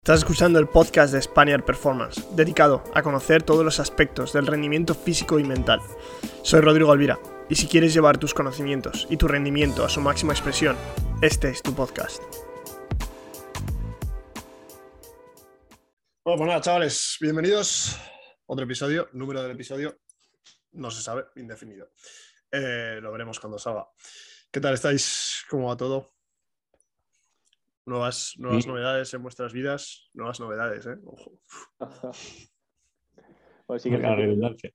Estás escuchando el podcast de Spaniard Performance, dedicado a conocer todos los aspectos del rendimiento físico y mental. Soy Rodrigo Alvira, y si quieres llevar tus conocimientos y tu rendimiento a su máxima expresión, este es tu podcast. Bueno, pues nada, chavales, bienvenidos. Otro episodio, número del episodio, no se sabe, indefinido. Lo veremos cuando salga. ¿Qué tal estáis? ¿Cómo va todo? Nuevas novedades en vuestras vidas. Nuevas novedades, ojo. Pues sí que la redundancia.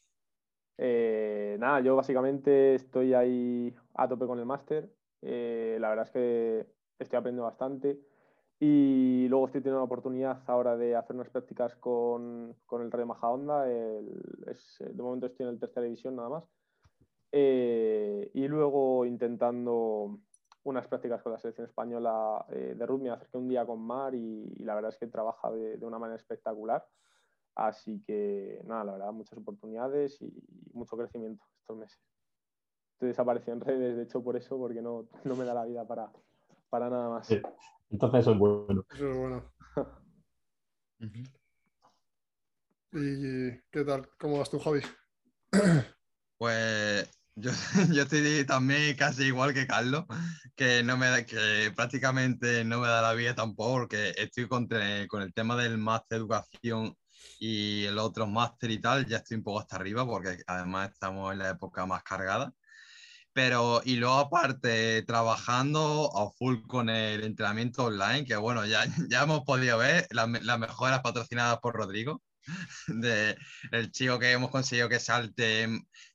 Nada, yo básicamente estoy ahí a tope con el máster. La verdad es que estoy aprendiendo bastante. Y luego estoy teniendo la oportunidad ahora de hacer unas prácticas con el Rayo Majadahonda. De momento estoy en el tercera división nada más. Y luego intentando unas prácticas con la selección española de rugby. Me acerqué un día con Mar y la verdad es que trabaja de una manera espectacular. Así que, nada, la verdad, muchas oportunidades y mucho crecimiento estos meses. Estoy desaparecido en redes, de hecho, por eso, porque no me da la vida para nada más. Sí. Entonces eso es bueno. Eso es bueno. ¿Y qué tal? ¿Cómo vas tú, Javi? Pues yo estoy también casi igual que Carlos, que prácticamente no me da la vida tampoco, porque estoy con el tema del máster de educación y el otro máster y tal, ya estoy un poco hasta arriba, porque además estamos en la época más cargada. Y luego aparte, trabajando a full con el entrenamiento online, que bueno, ya hemos podido ver las mejoras patrocinadas por Rodrigo. El chico que hemos conseguido que salte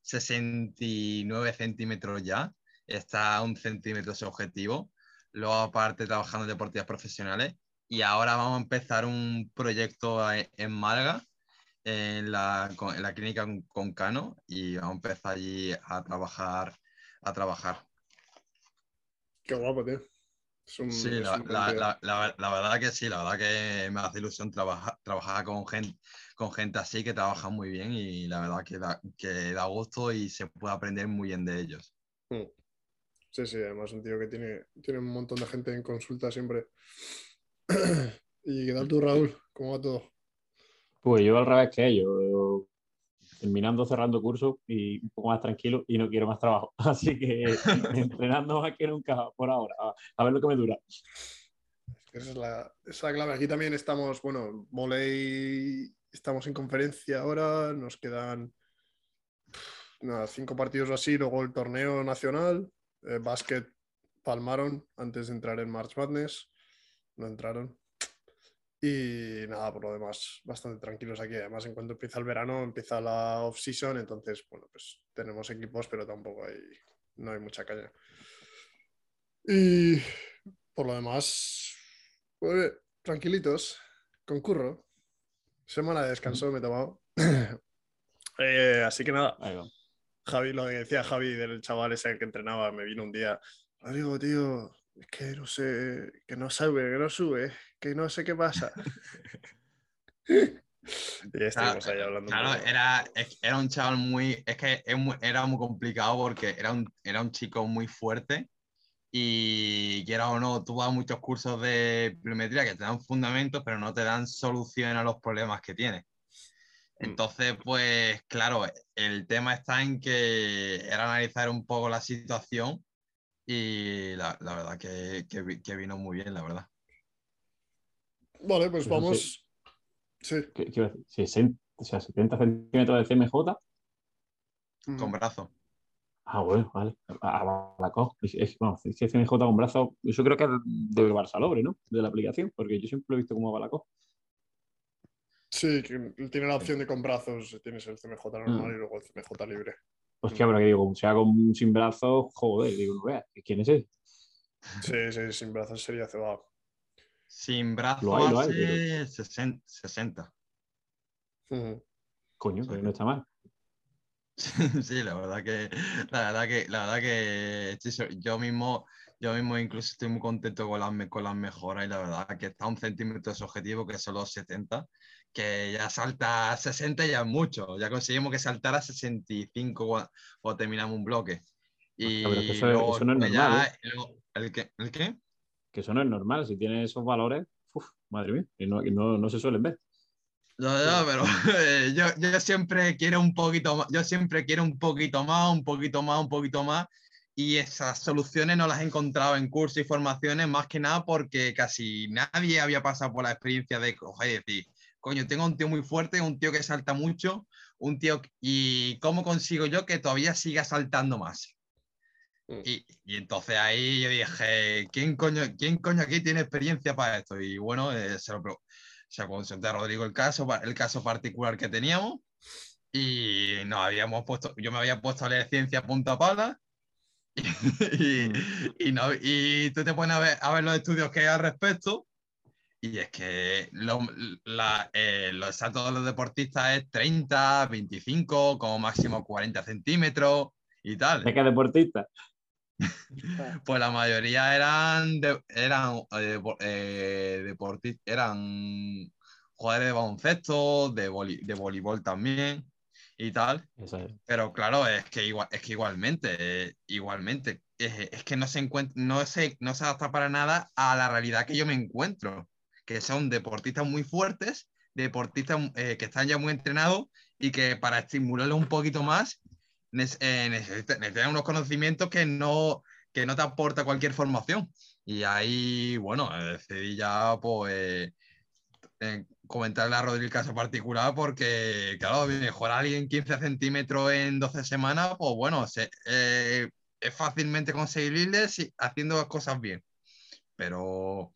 69 centímetros ya, está a 1 centímetro ese objetivo. Luego aparte trabajando en deportivas profesionales y ahora vamos a empezar un proyecto en Málaga, en la clínica con Cano, y vamos a empezar allí a trabajar. Qué guapo, tío. Sí, Es un buen tío. la verdad que sí, la verdad que me hace ilusión trabajar con gente así que trabaja muy bien, y la verdad que da gusto y se puede aprender muy bien de ellos. Sí, además un tío que tiene un montón de gente en consulta siempre. ¿Y qué tal tú, Raúl? ¿Cómo va todo? Pues yo al revés que ellos, yo terminando, cerrando cursos y un poco más tranquilo y no quiero más trabajo. Así que entrenando más que nunca por ahora. A ver lo que me dura. Esa es la clave. Aquí también estamos, bueno, volei, estamos en conferencia ahora, nos quedan nada, 5 partidos o así, luego el torneo nacional, básquet palmaron antes de entrar en March Madness, no entraron. Y nada, por lo demás, bastante tranquilos aquí. Además, en cuanto empieza el verano, empieza la off-season, entonces, bueno, pues tenemos equipos, pero tampoco no hay mucha caña. Y por lo demás, pues tranquilitos, con curro. Semana de descanso me he tomado. Así que nada, Ahí va. Javi, lo que decía Javi del chaval ese que entrenaba, me vino un día. Digo, tío, es que no sé, que no sube, que no sé qué pasa. Y ya estuvimos ahí hablando un Claro, poco. era un chaval era muy complicado, porque era un chico muy fuerte, y quiera o no, tú vas a muchos cursos de pliometría que te dan fundamentos, pero no te dan solución a los problemas que tienes. Entonces, pues claro, el tema está en que era analizar un poco la situación, y la verdad que vino muy bien, la verdad. Vale, pues Eso sí, vamos. Sí. ¿qué iba a decir? 60, o sea, 70 centímetros de CMJ. Con brazo. Ah, bueno, vale. A Balacoz. Bueno, es que CMJ con brazo, yo creo que es de Barçalobre, ¿no? De la aplicación, porque yo siempre lo he visto como a Balacoz. Sí, que tiene la opción de con brazos. Tienes el CMJ normal y luego el CMJ libre. Hostia, pero que digo, como sea sin brazo, joder, digo, no veas, ¿quién es ese? Sí, sin brazos sería cebado. Sin brazo Lo hay, pero hace 60. coño, O sea que no que- está mal. Sí, la verdad que yo mismo incluso estoy muy contento con las mejoras, y la verdad que está a 1 centímetro de su objetivo, que son los 70, que ya salta a 60, ya es mucho. Ya conseguimos que saltara a 65 cuando terminamos un bloque. Hostia, pero es que Y eso luego no es pues normal, ¿eh? ¿el qué? ¿El qué? Que eso no es normal. Si tienes esos valores, madre mía, que no se suelen ver. No, pero yo siempre quiero un poquito más, yo siempre quiero un poquito más, un poquito más, un poquito más, y esas soluciones no las he encontrado en cursos y formaciones, más que nada porque casi nadie había pasado por la experiencia de coger y decir, coño, tengo un tío muy fuerte, un tío que salta mucho, un tío, ¿y cómo consigo yo que todavía siga saltando más? Y entonces ahí yo dije, ¿quién coño aquí tiene experiencia para esto? Y bueno, se consulté a Rodrigo el caso particular que teníamos y yo me había puesto a leer ciencia a punta pala y, y tú te pones a ver los estudios que hay al respecto y es que los saltos de los deportistas es 30, 25, como máximo 40 centímetros y tal. ¿De qué deportista? Pues la mayoría eran jugadores de baloncesto, de voleibol también y tal. Pero claro, es que igualmente, es que no se encuentra, no se adapta para nada a la realidad que yo me encuentro, que son deportistas muy fuertes, deportistas que están ya muy entrenados y que para estimularlos un poquito más necesitan unos conocimientos que no te aporta cualquier formación. Y ahí, bueno, decidí ya, pues, comentarle a Rodri el caso particular porque, claro, mejorar a alguien 15 centímetros en 12 semanas, pues bueno, es fácilmente conseguible haciendo las cosas bien. Pero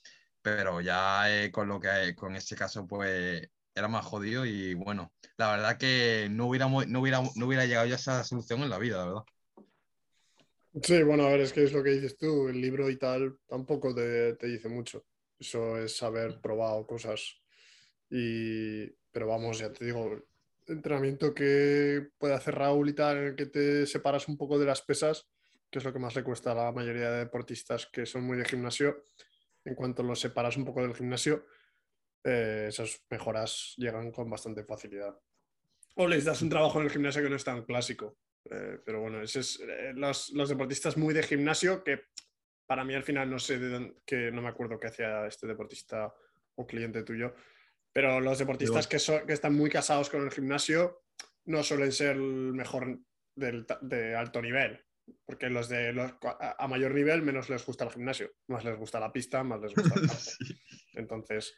ya con ese caso, pues, era más jodido y bueno, la verdad que no hubiera llegado yo a esa solución en la vida, la verdad. Sí, bueno, a ver, es que es lo que dices tú, el libro y tal tampoco te dice mucho. Eso es haber probado cosas. Pero vamos, ya te digo, entrenamiento que puede hacer Raúl y tal, en el que te separas un poco de las pesas, que es lo que más le cuesta a la mayoría de deportistas que son muy de gimnasio. En cuanto los separas un poco del gimnasio, esas mejoras llegan con bastante facilidad. O les das un trabajo en el gimnasio que no es tan clásico. Pero bueno, ese es, los deportistas muy de gimnasio, que para mí al final no sé que no me acuerdo qué hacía este deportista o cliente tuyo, pero los deportistas que están muy casados con el gimnasio no suelen ser el mejor de alto nivel, porque a mayor nivel menos les gusta el gimnasio, más les gusta la pista, más les gusta el campo. Sí. Entonces,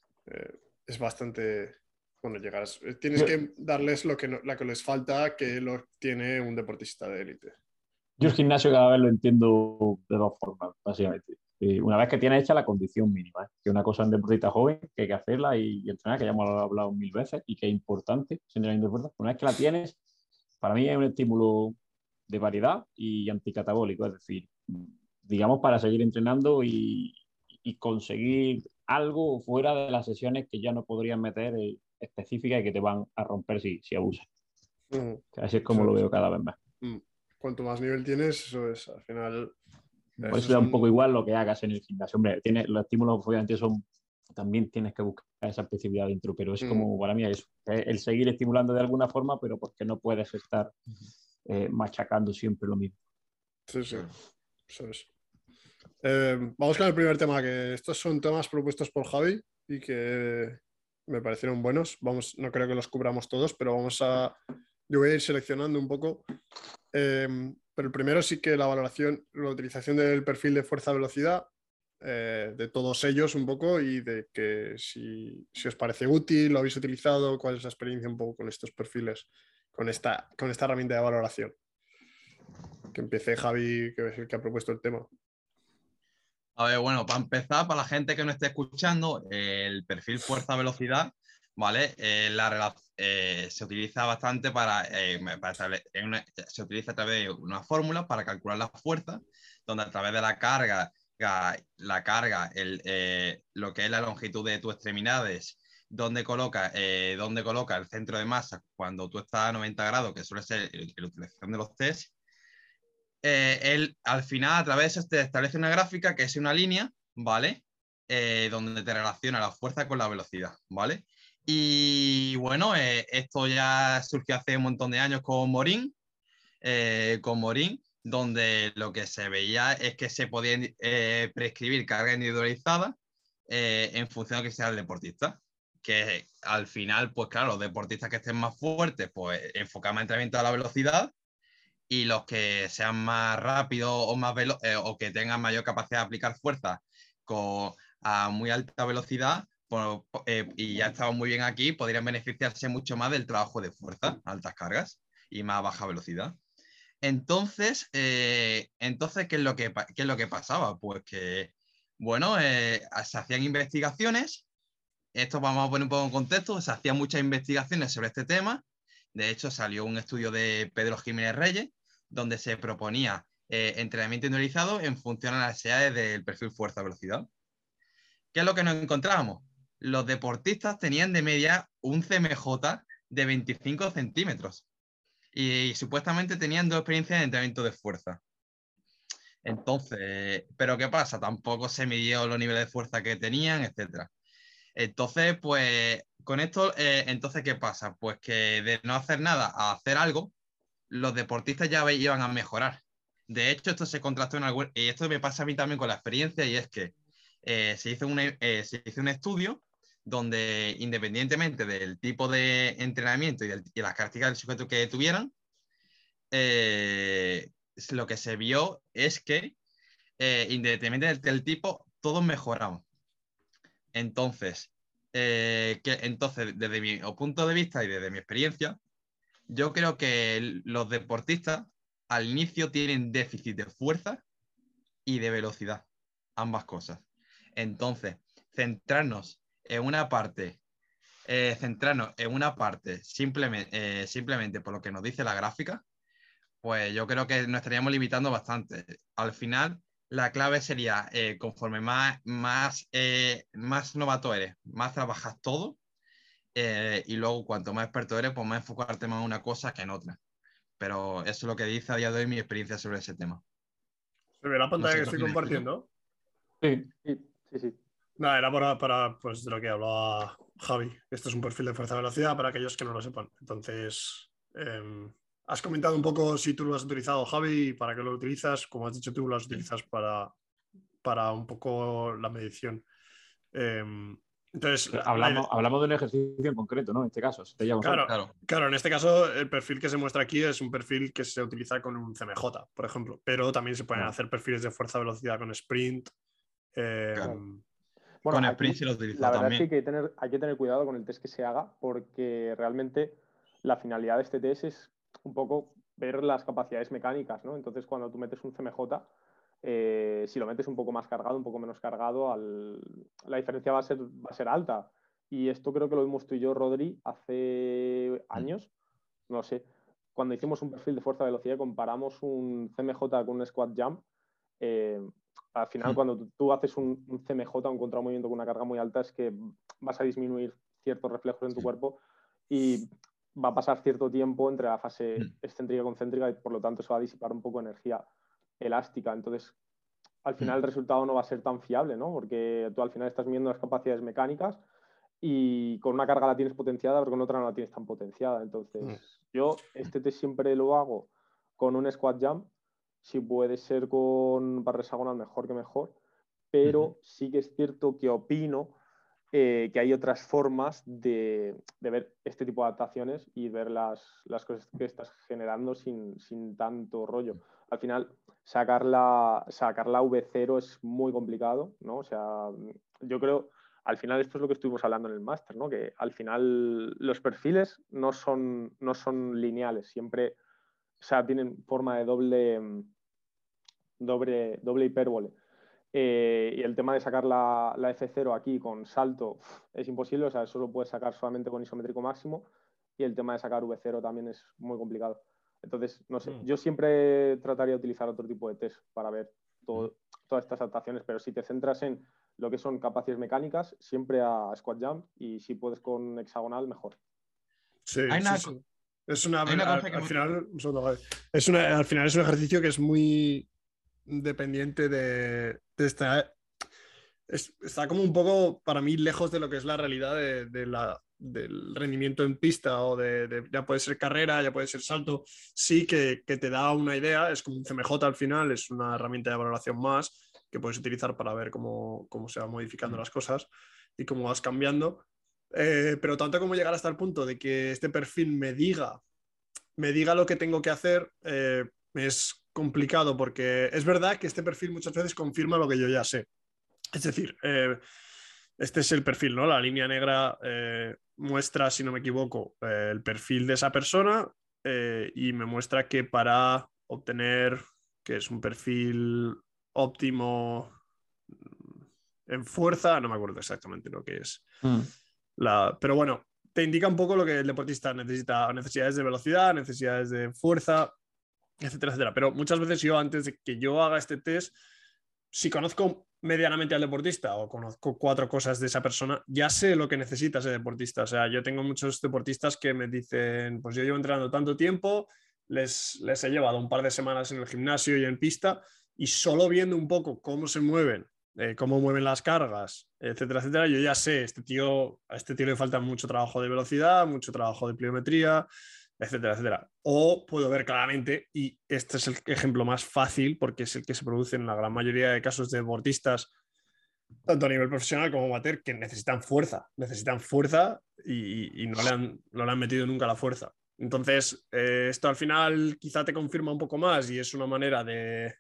es bastante... Bueno, tienes que darles lo que les falta, que lo tiene un deportista de élite. Yo el gimnasio cada vez lo entiendo de dos formas, básicamente. Una vez que tienes hecha la condición mínima, que es una cosa en deportista joven, que hay que hacerla y entrenar, que ya hemos hablado 1000 veces y que es importante, señalando fuerza. Una vez que la tienes, para mí es un estímulo de variedad y anticatabólico, es decir, digamos, para seguir entrenando y conseguir algo fuera de las sesiones que ya no podrías meter específicas y que te van a romper si abusas. Así es como lo veo cada vez más. Cuanto más nivel tienes, eso es, al final... Por eso da un poco igual lo que hagas en el gimnasio. Hombre, los estímulos obviamente también tienes que buscar esa especificidad dentro, pero es como para mí eso, el seguir estimulando de alguna forma, pero porque no puedes estar machacando siempre lo mismo. Sí, eso es. Vamos con el primer tema, que estos son temas propuestos por Javi y que me parecieron buenos. No creo que los cubramos todos, pero yo voy a ir seleccionando un poco. Pero el primero sí que la utilización del perfil de fuerza-velocidad, de todos ellos un poco, y de que si os parece útil, lo habéis utilizado, cuál es la experiencia un poco con estos perfiles, con esta herramienta de valoración. Que empiece Javi, que es el que ha propuesto el tema. A ver, bueno, para empezar, para la gente que no esté escuchando, el perfil fuerza-velocidad, ¿vale? Se utiliza bastante se utiliza a través de una fórmula para calcular la fuerza, donde a través de la carga, lo que es la longitud de tus extremidades, donde coloca el centro de masa cuando tú estás a 90 grados, que suele ser la utilización de los test. Él al final a través de eso te establece una gráfica que es una línea, ¿vale? Donde te relaciona la fuerza con la velocidad, ¿vale? Y bueno, esto ya surgió hace un montón de años con Morín, donde lo que se veía es que se podían prescribir cargas individualizadas en función de que sea el deportista. Que al final, pues claro, los deportistas que estén más fuertes, pues enfocan más entrenamiento a la velocidad, y los que sean más rápidos o más o que tengan mayor capacidad de aplicar fuerza a muy alta velocidad, pues, y ya estamos muy bien aquí, podrían beneficiarse mucho más del trabajo de fuerza, altas cargas y más baja velocidad. Entonces, ¿qué es lo que pasaba? Pues que, bueno, se hacían investigaciones. Esto vamos a poner un poco en contexto. Se hacían muchas investigaciones sobre este tema. De hecho, salió un estudio de Pedro Jiménez Reyes, donde se proponía entrenamiento individualizado en función a las necesidades del perfil fuerza-velocidad. ¿Qué es lo que nos encontrábamos? Los deportistas tenían de media un CMJ de 25 centímetros y supuestamente tenían 2 experiencias de entrenamiento de fuerza. Entonces, ¿pero qué pasa? Tampoco se midió los niveles de fuerza que tenían, etcétera. Entonces, pues, con esto, entonces, ¿qué pasa? Pues que de no hacer nada a hacer algo, los deportistas ya iban a mejorar. De hecho, esto se contrastó y esto me pasa a mí también con la experiencia, y es que se hizo un estudio donde, independientemente del tipo de entrenamiento y las características del sujeto que tuvieran, lo que se vio es que, independientemente del tipo, todos mejoraban. Entonces, desde mi punto de vista y desde mi experiencia, yo creo que los deportistas al inicio tienen déficit de fuerza y de velocidad, ambas cosas. Entonces, centrarnos en una parte simplemente por lo que nos dice la gráfica, pues yo creo que nos estaríamos limitando bastante. Al final, la clave sería, conforme más novato eres, más trabajas todo, y luego cuanto más experto eres, pues más enfocarte más en una cosa que en otra. Pero eso es lo que dice a día de hoy mi experiencia sobre ese tema. ¿Se ve la No pantalla sé que qué estoy opinas, compartiendo? Sí. Sí. Nada, era para pues, de lo que hablaba Javi. Esto es un perfil de fuerza-velocidad para aquellos que no lo sepan. Entonces, has comentado un poco si tú lo has utilizado, Javi, y para qué lo utilizas. Como has dicho tú, lo utilizas para un poco la medición. Entonces, Hablamos de un ejercicio en concreto, ¿no? En este caso, sería un salto. claro, en este caso el perfil que se muestra aquí es un perfil que se utiliza con un CMJ, por ejemplo, pero también se pueden hacer perfiles de fuerza-velocidad con sprint. Bueno, con aquí, sprint se lo utiliza la verdad también. es que hay que tener cuidado con el test que se haga, porque realmente la finalidad de este test es un poco ver las capacidades mecánicas, ¿no? Entonces, cuando tú metes un CMJ, si lo metes un poco más cargado, un poco menos cargado, la diferencia va a ser alta. Y esto creo que lo vimos tú y yo, Rodri, hace años, no sé, cuando hicimos un perfil de fuerza-velocidad y comparamos un CMJ con un squat jump. Al final, cuando tú haces un CMJ, un contramovimiento con una carga muy alta, es que vas a disminuir ciertos reflejos en tu cuerpo y va a pasar cierto tiempo entre la fase excéntrica y concéntrica, y por lo tanto se va a disipar un poco energía elástica. Entonces, al final el resultado no va a ser tan fiable, ¿no? Porque tú al final estás midiendo las capacidades mecánicas y con una carga la tienes potenciada, pero con otra no la tienes tan potenciada. Entonces, yo este test siempre lo hago con un squat jump. Si puede ser con barra hexagonal, mejor que mejor. Pero sí que es cierto que opino que hay otras formas de ver este tipo de adaptaciones y ver las cosas que estás generando sin tanto rollo. Al final, sacar la V0 es muy complicado, ¿no? O sea, yo creo, al final esto es lo que estuvimos hablando en el máster, ¿no? Que al final los perfiles no son lineales, siempre, o sea, tienen forma de doble hipérbole. Y el tema de sacar la F0 aquí con salto es imposible, o sea, eso lo puedes sacar solamente con isométrico máximo, y el tema de sacar V0 también es muy complicado. Entonces, no sé, yo siempre trataría de utilizar otro tipo de test para ver todas estas adaptaciones, pero si te centras en lo que son capacidades mecánicas, siempre a squat jump, y si puedes con hexagonal, mejor. Sí. Es al final es un ejercicio que es muy dependiente de esta. Está como un poco, para mí, lejos de lo que es la realidad del rendimiento en pista, o ya puede ser carrera, ya puede ser salto. Sí que te da una idea, es como un CMJ al final, es una herramienta de valoración más, que puedes utilizar para ver cómo se van modificando las cosas y cómo vas cambiando. Pero tanto como llegar hasta el punto de que este perfil me diga lo que tengo que hacer, es complicado, porque es verdad que este perfil muchas veces confirma lo que yo ya sé. Es decir, este es el perfil, ¿no? La línea negra muestra, si no me equivoco, el perfil de esa persona, y me muestra que para obtener, que es un perfil óptimo en fuerza, no me acuerdo exactamente lo que es. Pero bueno, te indica un poco lo que el deportista necesita: necesidades de velocidad, necesidades de fuerza, etcétera, etcétera. Pero muchas veces yo, antes de que yo haga este test, si conozco medianamente al deportista o conozco 4 cosas de esa persona, ya sé lo que necesita ese deportista. O sea, yo tengo muchos deportistas que me dicen, pues yo llevo entrenando tanto tiempo, les he llevado un par de semanas en el gimnasio y en pista, y solo viendo un poco cómo se mueven, cómo mueven las cargas, etcétera, etcétera, yo ya sé, a este tío le falta mucho trabajo de velocidad, mucho trabajo de pliometría, etcétera, etcétera. O puedo ver claramente, y este es el ejemplo más fácil porque es el que se produce en la gran mayoría de casos de deportistas, tanto a nivel profesional como amateur, que necesitan fuerza y no le han metido nunca la fuerza. Entonces, esto al final quizá te confirma un poco más y es una manera de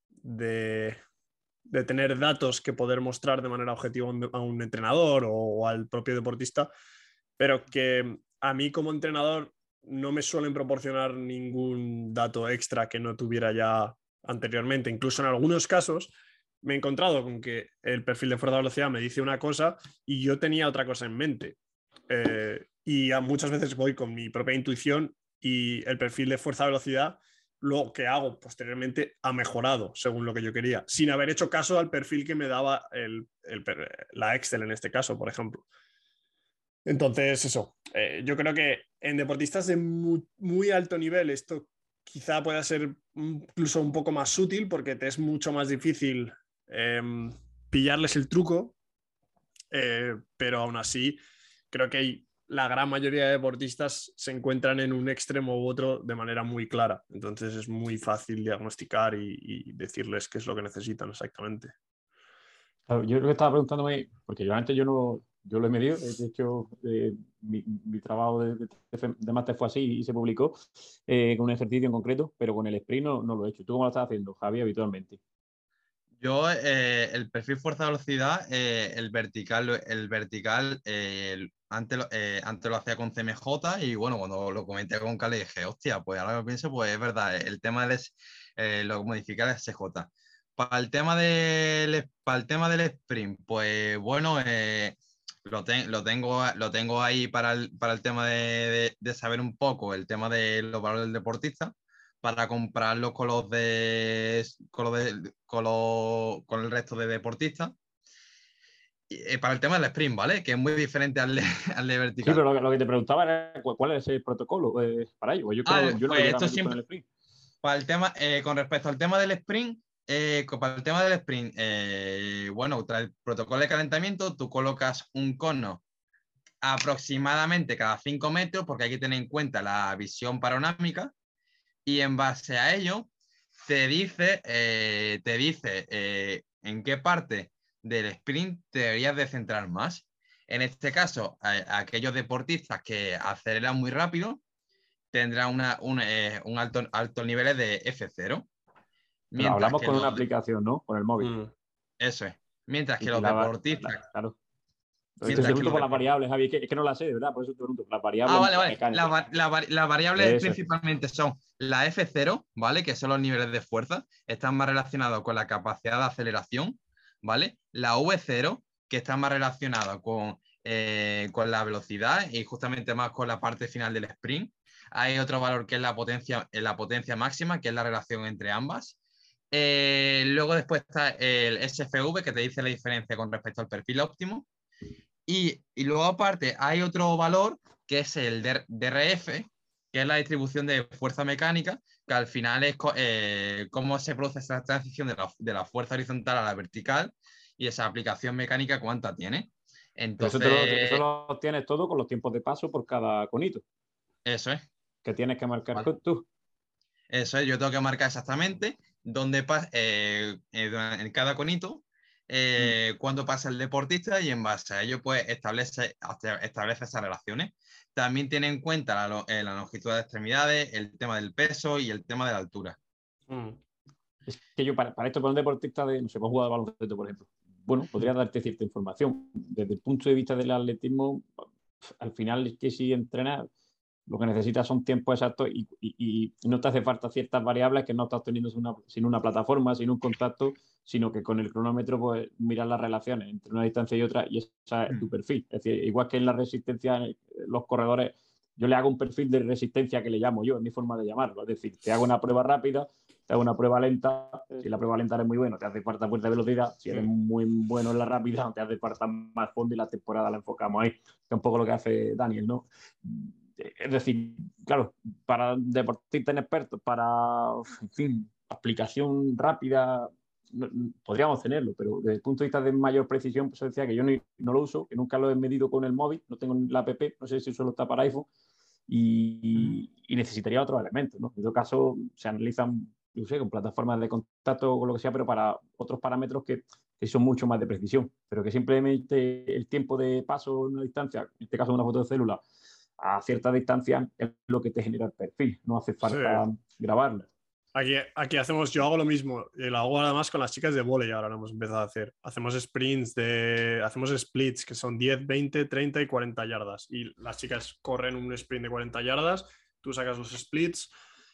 tener datos que poder mostrar de manera objetiva a un entrenador o al propio deportista, pero que a mí como entrenador no me suelen proporcionar ningún dato extra que no tuviera ya anteriormente. Incluso en algunos casos me he encontrado con que el perfil de fuerza de velocidad me dice una cosa y yo tenía otra cosa en mente. Y muchas veces voy con mi propia intuición y el perfil de fuerza de velocidad, lo que hago posteriormente, ha mejorado según lo que yo quería, sin haber hecho caso al perfil que me daba la Excel en este caso, por ejemplo. Entonces, eso, yo creo que en deportistas de muy, muy alto nivel esto quizá pueda ser incluso un poco más útil porque te es mucho más difícil pillarles el truco, pero aún así creo que la gran mayoría de deportistas se encuentran en un extremo u otro de manera muy clara. Entonces es muy fácil diagnosticar y decirles qué es lo que necesitan exactamente. Claro, yo lo que estaba preguntándome, porque yo lo he medido, de hecho, mi trabajo de máster fue así y se publicó con un ejercicio en concreto, pero con el sprint no lo he hecho. ¿Tú cómo lo estás haciendo, Javi, habitualmente? Yo, el perfil fuerza-velocidad, el vertical, antes lo hacía con CMJ y bueno, cuando lo comenté con Cale dije, hostia, pues ahora que lo pienso, pues es verdad, el tema lo modificar el SJ. Para el tema del sprint, pues bueno, lo tengo ahí para el tema de saber un poco el tema de los valores del deportista, para compararlos con el resto de deportistas. Para el tema del sprint, ¿vale? Que es muy diferente al de Sí, vertical. pero lo que te preguntaba era cuál es el protocolo para ello. Yo no Pues lo llegué a esto medir con siempre, el sprint. para el tema, con respecto al tema del sprint, bueno, tras el protocolo de calentamiento, tú colocas un cono aproximadamente cada 5 metros, porque hay que tener en cuenta la visión panorámica, y en base a ello te dice en qué parte del sprint te deberías de centrar más. En este caso, aquellos deportistas que aceleran muy rápido tendrán un alto nivel de F0. Pero Mientras hablamos que con una aplicación, ¿no? Con el móvil. Eso es. Mientras que Y los deportistas. claro. Te Mientras que pregunto los por las deportistas. variables, Javi, es que no las sé, de verdad, por eso te pregunto. Las variables Vale. mecánicas. Las variables Eso es. principalmente son la F0, ¿vale? Que son los niveles de fuerza. Están más relacionados con la capacidad de aceleración, ¿vale? La V0, que está más relacionada con la velocidad y justamente más con la parte final del sprint. Hay otro valor que es la potencia máxima, que es la relación entre ambas. Luego después está el SFV, que te dice la diferencia con respecto al perfil óptimo. Y luego aparte hay otro valor que es el DRF, que es la distribución de fuerza mecánica, que al final es cómo se produce esa transición de la fuerza horizontal a la vertical y esa aplicación mecánica cuánta tiene. Pero Entonces, eso lo tienes todo con los tiempos de paso por cada conito, eso es. que tienes que marcar ¿Vale? tú. Eso es, yo tengo que marcar exactamente donde en cada conito cuándo pasa el deportista y en base a ello pues establece esas relaciones. También tiene en cuenta la longitud de extremidades, el tema del peso y el tema de la altura. Es que yo para esto, para un deportista de, no sé, para jugar de baloncesto, por ejemplo, bueno, podría darte cierta información. Desde el punto de vista del atletismo, al final es que si entrenas, lo que necesitas son tiempos exactos y no te hace falta ciertas variables que no estás teniendo sin una plataforma, sin un contacto, sino que con el cronómetro pues miras las relaciones entre una distancia y otra y ese es tu perfil. Es decir, igual que en la resistencia, los corredores, yo le hago un perfil de resistencia que le llamo yo, es mi forma de llamarlo. Es decir, te hago una prueba rápida, te hago una prueba lenta, si la prueba lenta eres muy bueno, te hace falta fuerza de velocidad, si eres muy bueno en la rápida, te hace falta más fondo y la temporada la enfocamos ahí, que es un poco lo que hace Daniel, ¿no? Es decir, claro, para deportistas inexpertos, para, en fin, aplicación rápida, podríamos tenerlo, pero desde el punto de vista de mayor precisión, pues decía que yo no lo uso, que nunca lo he medido con el móvil, no tengo la app, no sé si solo está para iPhone, y necesitaría otros elementos, ¿no? En todo caso, se analizan, yo sé, con plataformas de contacto o lo que sea, pero para otros parámetros que son mucho más de precisión, pero que simplemente el tiempo de paso en una distancia, en este caso una foto de célula, a cierta distancia es lo que te genera el perfil, no hace falta grabarlo. Aquí hacemos, yo hago lo mismo, y lo hago además con las chicas de vóley, ahora lo hemos empezado a hacer. Hacemos sprints, hacemos splits que son 10, 20, 30 y 40 yardas. Y las chicas corren un sprint de 40 yardas, tú sacas los splits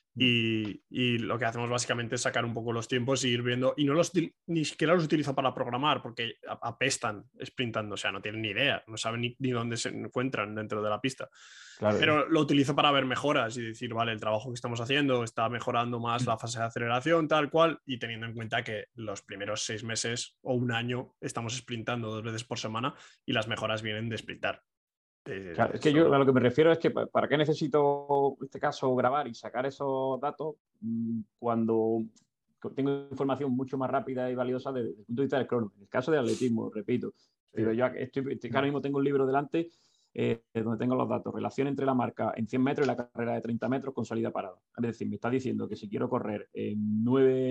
y lo que hacemos básicamente es sacar un poco los tiempos y ir viendo. Y ni siquiera los utilizo para programar porque apestan sprintando, o sea, no tienen ni idea, no saben ni dónde se encuentran dentro de la pista. Claro. Pero lo utilizo para ver mejoras y decir, vale, el trabajo que estamos haciendo está mejorando más la fase de aceleración, tal cual, y teniendo en cuenta que los primeros 6 meses o un año estamos sprintando 2 veces por semana y las mejoras vienen de sprintar. Claro, es que yo a lo que me refiero es que ¿para qué necesito, en este caso, grabar y sacar esos datos cuando tengo información mucho más rápida y valiosa desde el punto de vista del crono? En el caso del atletismo, repito, pero yo ahora mismo tengo un libro delante donde tengo los datos, relación entre la marca en 100 metros y la carrera de 30 metros con salida parada. Es decir, me está diciendo que si quiero correr en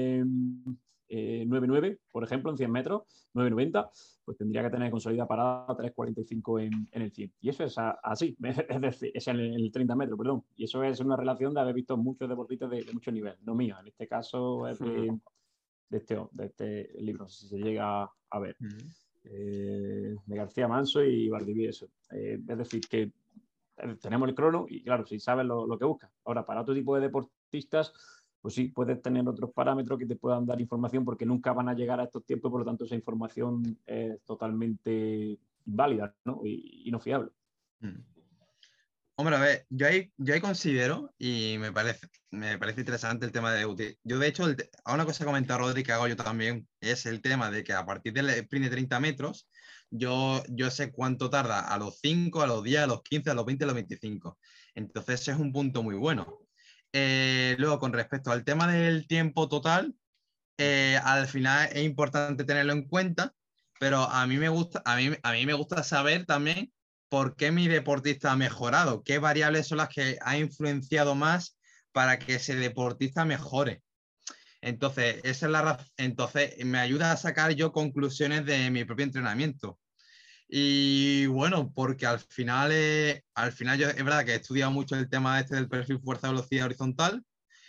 9.9, por ejemplo, en 100 metros, 9.90, pues tendría que tener con salida parada 3.45 en el 100. Y eso es así, es decir, es en el 30 metros, perdón. Y eso es una relación de haber visto muchos deportistas de mucho nivel, no mío. En este caso es de este libro, si se llega a ver. De García Manso y Valdivieso. Es decir, que tenemos el crono y claro, si sabes lo que buscas. Ahora, para otro tipo de deportistas, pues sí, puedes tener otros parámetros que te puedan dar información porque nunca van a llegar a estos tiempos, por lo tanto esa información es totalmente inválida, ¿no? y no fiable. Hombre, a ver, yo ahí considero, y me parece interesante el tema de... Yo, de hecho, a una cosa que ha comentado Rodri que hago yo también, es el tema de que a partir del sprint de 30 metros, yo sé cuánto tarda a los 5, a los 10, a los 15, a los 20, a los 25. Entonces, ese es un punto muy bueno. Luego, con respecto al tema del tiempo total, al final es importante tenerlo en cuenta, pero a mí me gusta saber también por qué mi deportista ha mejorado, qué variables son las que ha influenciado más para que ese deportista mejore. Entonces, esa es la razón. Entonces, me ayuda a sacar yo conclusiones de mi propio entrenamiento. Y bueno, porque al final yo es verdad que he estudiado mucho el tema este del perfil fuerza-velocidad horizontal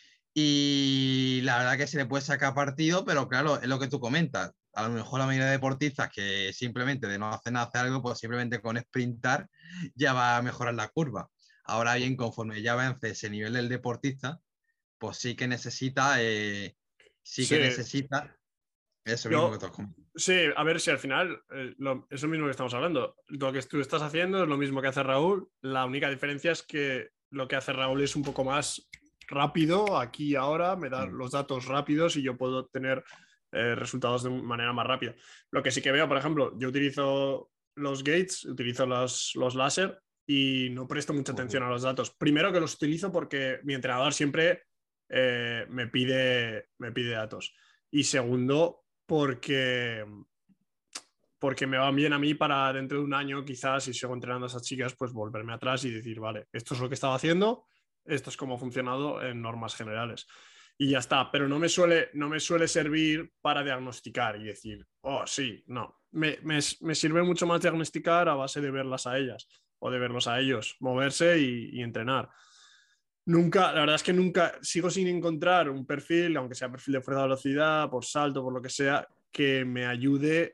y la verdad que se le puede sacar partido, pero claro, es lo que tú comentas. A lo mejor la mayoría de deportistas que simplemente de no hacer nada, hacer algo, pues simplemente con sprintar ya va a mejorar la curva. Ahora bien, conforme ya avance ese nivel del deportista, pues sí que necesita, que necesita eso mismo que tú has comentado. Sí, a ver si al final es lo mismo que estamos hablando. Lo que tú estás haciendo es lo mismo que hace Raúl. La única diferencia es que lo que hace Raúl es un poco más rápido. Aquí y ahora me da los datos rápidos y yo puedo tener resultados de manera más rápida. Lo que sí que veo, por ejemplo, yo utilizo los gates, utilizo los láser y no presto mucha atención a los datos. Primero que los utilizo porque mi entrenador siempre me pide datos. Y segundo, porque me van bien a mí para dentro de un año, quizás, si sigo entrenando a esas chicas, pues volverme atrás y decir, vale, esto es lo que estaba haciendo, esto es cómo ha funcionado en normas generales. y ya está. Pero no me suele servir para diagnosticar y decir, oh, sí, no. Me sirve mucho más diagnosticar a base de verlas a ellas o de verlos a ellos, moverse y entrenar. Nunca, la verdad es que nunca, sigo sin encontrar un perfil, aunque sea perfil de fuerza velocidad, por salto, por lo que sea, que me ayude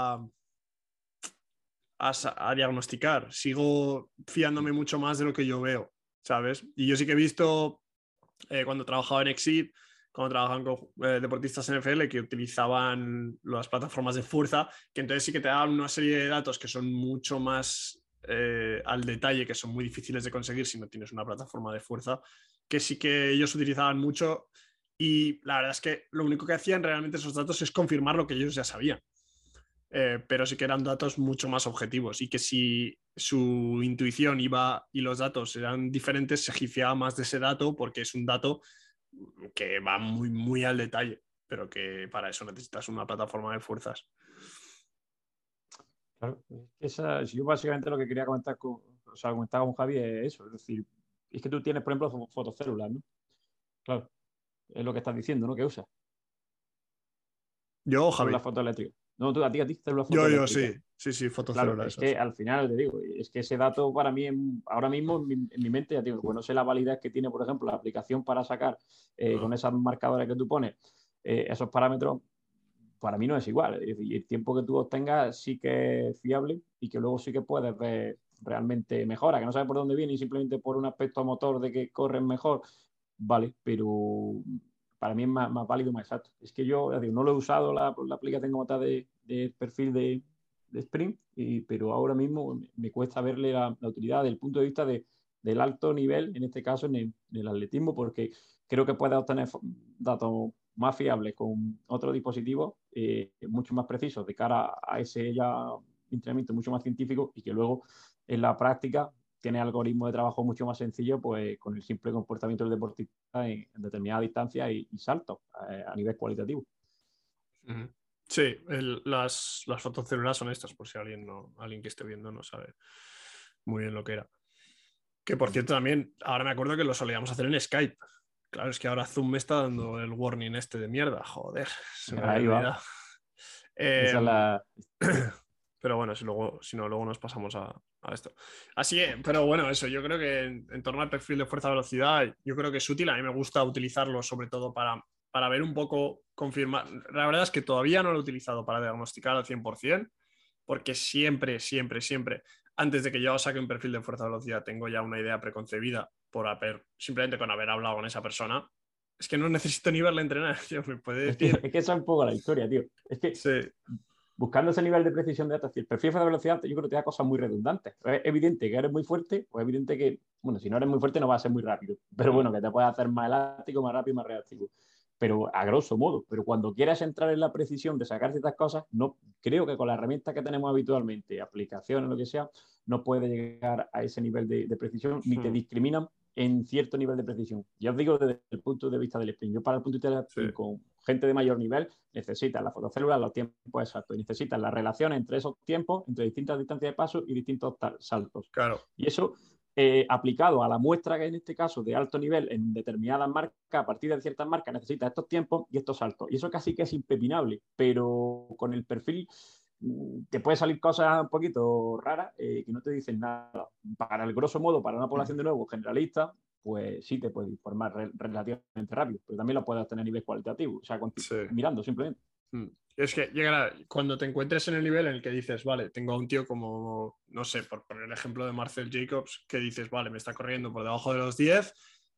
a diagnosticar. Sigo fiándome mucho más de lo que yo veo, ¿sabes? Y yo sí que he visto cuando trabajaba en Exit, cuando trabajaban con deportistas NFL que utilizaban las plataformas de fuerza, que entonces sí que te daban una serie de datos que son mucho más al detalle, que son muy difíciles de conseguir si no tienes una plataforma de fuerza, que sí que ellos utilizaban mucho y la verdad es que lo único que hacían realmente esos datos es confirmar lo que ellos ya sabían. Pero sí que eran datos mucho más objetivos y que si su intuición iba y los datos eran diferentes, se gifiaba más de ese dato porque es un dato que va muy, muy al detalle, pero que para eso necesitas una plataforma de fuerzas. Claro, yo básicamente lo que quería comentar comentar con Javi es eso, es decir, es que tú tienes, por ejemplo, fotocélulas, ¿no? Claro, es lo que estás diciendo, ¿no? Que usas Yo, Javi. células fotoeléctricas. No, tú, a ti, células Yo, fotoeléctricas. sí, Claro, fotocélulas. es que al final te digo, es que ese dato para mí, ahora mismo en mi mente, ya digo, pues no sé la validez que tiene, por ejemplo, la aplicación para sacar con esas marcadores que tú pones esos parámetros, para mí no es igual. Es decir, el tiempo que tú obtengas sí que es fiable y que luego sí que puedes ver realmente mejora, que no sabes por dónde viene y simplemente por un aspecto motor de que corren mejor, vale, pero para mí es más válido, más exacto. Es que yo, ya digo, no lo he usado la aplicación como tal de perfil de sprint, pero ahora mismo me cuesta verle la utilidad desde el punto de vista del alto nivel, en este caso en el atletismo, porque creo que puedes obtener datos más fiables con otros dispositivos mucho más precisos de cara a ese ya entrenamiento mucho más científico y que luego en la práctica tiene algoritmos de trabajo mucho más sencillos pues con el simple comportamiento del deportista en determinada distancia y saltos a nivel cualitativo. Sí, las fotocélulas son estas, por si alguien que esté viendo no sabe muy bien lo que era. Que por cierto también, ahora me acuerdo que lo solíamos hacer en Skype. Claro, es que ahora Zoom me está dando el warning este de mierda. Joder, se me había Ahí olvidado. va. Esa es la... Pero bueno, si no, luego nos pasamos a esto. Así que, pero bueno, eso, yo creo que en torno al perfil de fuerza-velocidad, yo creo que es útil. A mí me gusta utilizarlo sobre todo para ver un poco, confirmar. La verdad es que todavía no lo he utilizado para diagnosticar al 100%, porque siempre, antes de que yo saque un perfil de fuerza-velocidad, tengo ya una idea preconcebida simplemente con haber hablado con esa persona. Es que no necesito ni verle entrenar, tío, me puede decir. Es que esa es un poco la historia, tío. Es que Sí. buscando ese nivel de precisión de datos, el perfil de velocidad, yo creo que te da cosas muy redundantes. Es evidente que eres muy fuerte, o es evidente que, bueno, si no eres muy fuerte no vas a ser muy rápido, pero bueno, que te puedes hacer más elástico, más rápido, más reactivo. Pero a grosso modo, pero cuando quieras entrar en la precisión de sacar ciertas cosas, no creo que con las herramientas que tenemos habitualmente, aplicaciones, lo que sea, no puede llegar a ese nivel de precisión, ni te discriminan en cierto nivel de precisión. Ya os digo desde el punto de vista del sprint. Yo para el punto de vista del sprint, con gente de mayor nivel, necesitas las fotocélulas, los tiempos exactos, y necesitas las relaciones entre esos tiempos, entre distintas distancias de paso y distintos saltos. Claro. Y eso aplicado a la muestra que en este caso de alto nivel en determinadas marcas, a partir de ciertas marcas necesitas estos tiempos y estos saltos. Y eso casi que es impepinable, pero con el perfil te puede salir cosas un poquito raras que no te dicen nada. Para el grosso modo, para una población de nuevo generalista, pues sí te puede informar relativamente rápido, pero también lo puedes obtener a nivel cualitativo, o sea, mirando simplemente. Es que llegará cuando te encuentres en el nivel en el que dices, vale, tengo a un tío como, no sé, por poner el ejemplo de Marcel Jacobs, que dices, vale, me está corriendo por debajo de los 10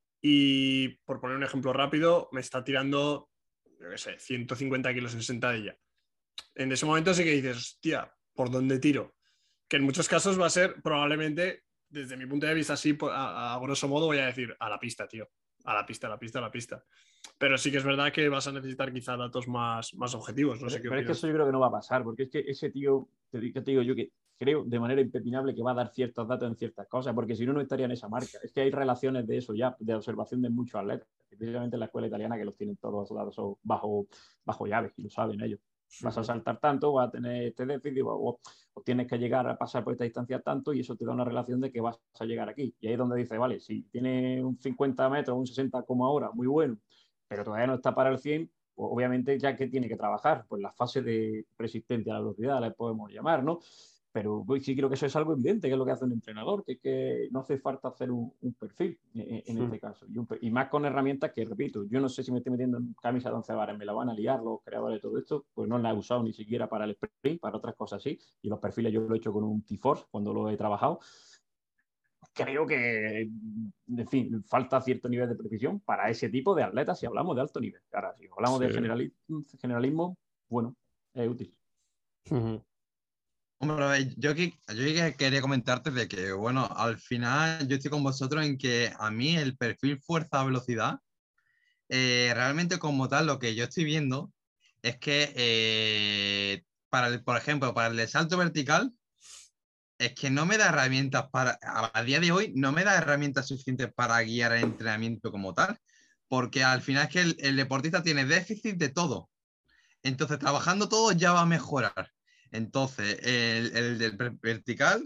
y, por poner un ejemplo rápido, me está tirando, yo qué sé, 150 kilos en sentadilla. En ese momento sí que dices, hostia, ¿por dónde tiro? Que en muchos casos va a ser probablemente, desde mi punto de vista, así, a grosso modo voy a decir, a la pista, tío. A la pista. Pero sí que es verdad que vas a necesitar quizá datos más objetivos. No sé qué pero es que opinas. eso yo creo que no va a pasar, porque es que ese tío, te digo yo que creo de manera impepinable que va a dar ciertos datos en ciertas cosas, porque si no, no estaría en esa marca. Es que hay relaciones de eso ya, de observación de muchos atletas, especialmente en la escuela italiana, que los tienen todos los datos bajo llaves y lo saben ellos. Vas a saltar tanto, vas a tener este déficit, o tienes que llegar a pasar por esta distancia tanto, y eso te da una relación de que vas a llegar aquí. Y ahí es donde dice, vale, si tiene un 50 metros, un 60 como ahora, muy bueno, pero todavía no está para el 100, pues obviamente ya que tiene que trabajar, pues la fase de resistencia a la velocidad la podemos llamar, ¿no? Pero pues, sí creo que eso es algo evidente, que es lo que hace un entrenador, que no hace falta hacer un perfil en este caso. Y más con herramientas que, repito, yo no sé si me estoy metiendo en camisa de 11 varas, me la van a liar los creadores de todo esto, pues no la he usado ni siquiera para el sprint, para otras cosas sí. Y los perfiles yo lo he hecho con un T-Force cuando lo he trabajado. Creo que, en fin, falta cierto nivel de precisión para ese tipo de atletas si hablamos de alto nivel. Ahora, si hablamos de generalismo, bueno, es útil. Hombre, a ver, yo quería comentarte de que, bueno, al final yo estoy con vosotros en que a mí el perfil fuerza-velocidad, realmente como tal, lo que yo estoy viendo es que, por ejemplo, para el de salto vertical, es que no me da herramientas a día de hoy, no me da herramientas suficientes para guiar el entrenamiento como tal, porque al final es que el deportista tiene déficit de todo. Entonces, trabajando todo ya va a mejorar. Entonces, el del vertical,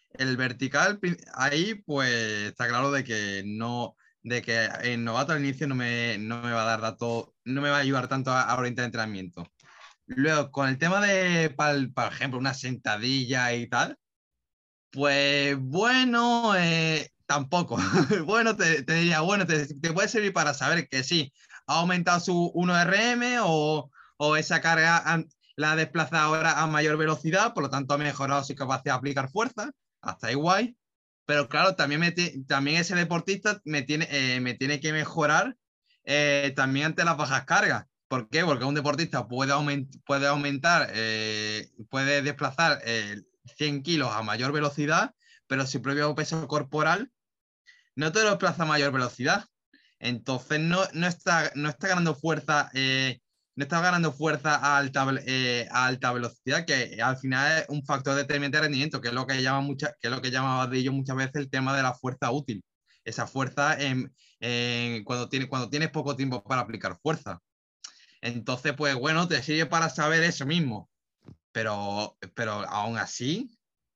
ahí pues está claro de que el novato al inicio no me va a dar datos, no me va a ayudar tanto a orientar el entrenamiento. Luego, con el tema de, por ejemplo, una sentadilla y tal, pues bueno, tampoco. Bueno, te diría, bueno, te puede servir para saber que sí, ha aumentado su 1RM o esa carga la ha desplazado ahora a mayor velocidad, por lo tanto ha mejorado su capacidad de aplicar fuerza, hasta ahí guay. Pero claro, también ese deportista me tiene que mejorar también ante las bajas cargas. ¿Por qué? Porque un deportista puede aumentar, puede desplazar 100 kilos a mayor velocidad, pero su propio peso corporal no te lo desplaza a mayor velocidad. Entonces no está ganando fuerza, no está ganando fuerza a alta velocidad, que al final es un factor determinante de rendimiento, que es lo que llamaba de ello muchas veces el tema de la fuerza útil. Esa fuerza cuando tienes poco tiempo para aplicar fuerza. Entonces, pues bueno, te sirve para saber eso mismo. Pero aún así,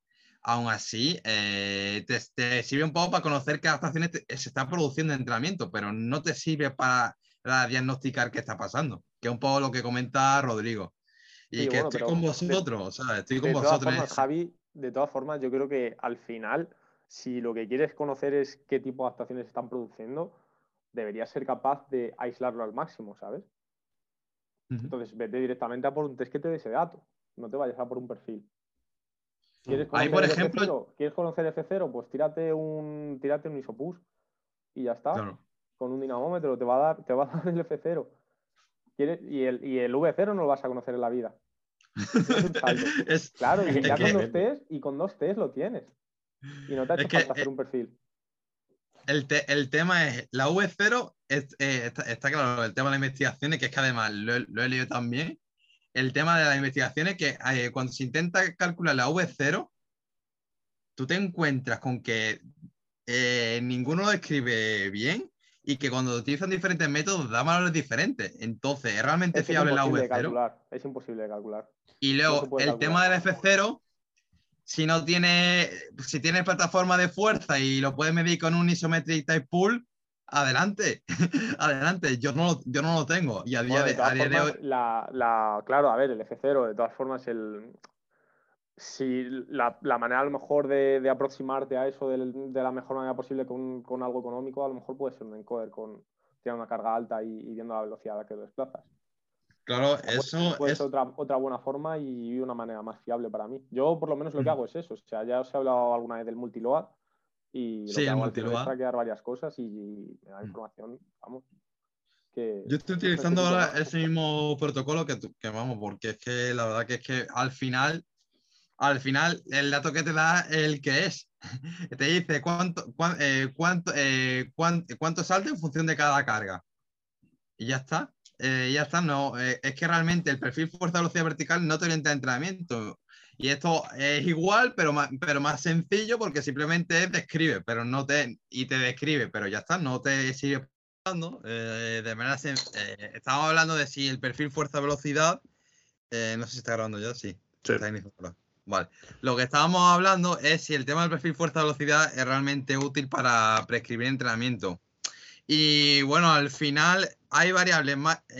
te sirve un poco para conocer qué adaptaciones se está produciendo en entrenamiento, pero no te sirve para diagnosticar qué está pasando, que es un poco lo que comenta Rodrigo. Y Sí, que bueno, estoy pero con vosotros, o sea, estoy con de todas vosotros en formas, eso. Javi, de todas formas, yo creo que al final, si lo que quieres conocer es qué tipo de adaptaciones están produciendo, deberías ser capaz de aislarlo al máximo, ¿sabes? Entonces, vete directamente a por un test que te dé ese dato. No te vayas a por un perfil. ¿Quieres Ahí, conocer por el ejemplo, F0? ¿Quieres conocer F0? Pues tírate un isopush y ya está. claro. Con un dinamómetro te va a dar el F0. Y el V0 no lo vas a conocer en la vida. Tienes un salto. Claro, y ya con dos test lo tienes. Y no te ha hecho falta hacer un perfil. El tema es, la V0 está claro, el tema de las investigaciones, que es que además lo he leído también. El tema de las investigaciones que cuando se intenta calcular la V0, tú te encuentras con que ninguno lo escribe bien y que cuando utilizan diferentes métodos da valores diferentes. Entonces, ¿es realmente fiable la V0? Es imposible de calcular. Y No se luego, puede el calcular. tema del F0, si tienes plataforma de fuerza y lo puedes medir con un isometric type pool, adelante, adelante. Yo no lo tengo. Y a día de hoy. Claro, a ver, el F0, de todas formas, si la manera a lo mejor de aproximarte a eso de la mejor manera posible con algo económico, a lo mejor puede ser un encoder tiene una carga alta y viendo la velocidad a la que lo desplazas. Claro, puede ser otra buena forma y una manera más fiable para mí. Yo por lo menos lo que hago es eso. O sea, ya os he hablado alguna vez del multiload y lo que hago al final es traquear varias cosas y me da información, vamos. Yo estoy utilizando ahora ese mismo protocolo que vamos, porque es que la verdad que es que al final el dato que te da es el que es. Te dice cuánto salta en función de cada carga. Y ya está. No, es que realmente el perfil fuerza-velocidad vertical no te orienta a entrenamiento. Y esto es igual, pero más sencillo porque simplemente describe, pero y te describe, pero ya está, no te sigue hablando. Estamos hablando de si el perfil fuerza-velocidad, no sé si está grabando ya, sí. Está iniciando. Vale. Lo que estábamos hablando es si el tema del perfil fuerza-velocidad es realmente útil para prescribir entrenamiento. Y bueno, al final hay variables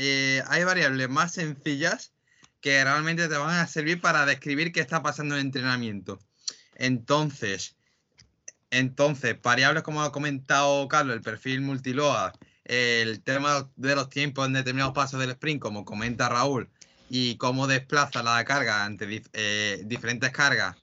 más sencillas que realmente te van a servir para describir qué está pasando en el entrenamiento. Entonces, variables como ha comentado Carlos, el perfil multiload, el tema de los tiempos en determinados pasos del sprint, como comenta Raúl, y cómo desplaza la carga ante diferentes cargas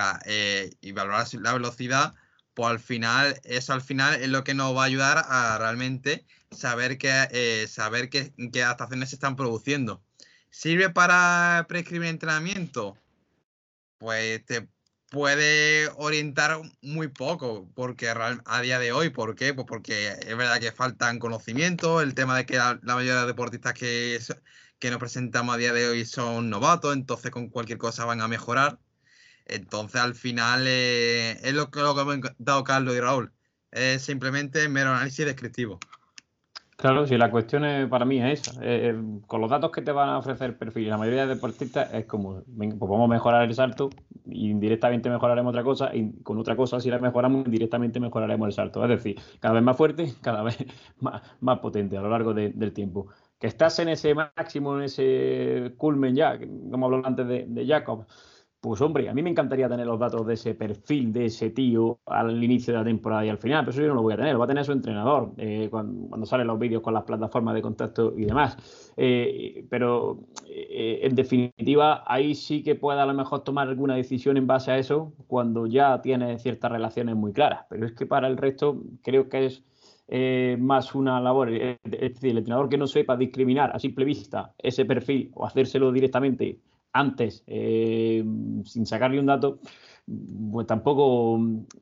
y valorar la velocidad, pues al final es lo que nos va a ayudar a realmente saber qué adaptaciones se están produciendo. ¿Sirve para prescribir entrenamiento? Pues te puede orientar muy poco, porque a día de hoy, ¿por qué? Pues porque es verdad que faltan conocimientos, el tema de que la mayoría de deportistas que nos presentamos a día de hoy son novatos, entonces con cualquier cosa van a mejorar. Entonces al final es lo que hemos dado Carlos y Raúl, es simplemente mero análisis descriptivo. Claro, si la cuestión para mí es esa. Con los datos que te van a ofrecer el perfil y la mayoría de deportistas es como, venga, pues vamos a mejorar el salto, y indirectamente mejoraremos otra cosa, y con otra cosa, si la mejoramos, indirectamente mejoraremos el salto. Es decir, cada vez más fuerte, cada vez más potente a lo largo del tiempo. Que estás en ese máximo, en ese culmen ya, como habló antes de Jacob. Pues hombre, a mí me encantaría tener los datos de ese perfil, de ese tío al inicio de la temporada y al final, pero eso yo no lo voy a tener, lo va a tener su entrenador cuando salen los vídeos con las plataformas de contacto y demás. Pero en definitiva, ahí sí que puede a lo mejor tomar alguna decisión en base a eso cuando ya tiene ciertas relaciones muy claras. Pero es que para el resto creo que es más una labor, es decir, el entrenador que no sepa discriminar a simple vista ese perfil o hacérselo directamente antes, sin sacarle un dato, pues tampoco,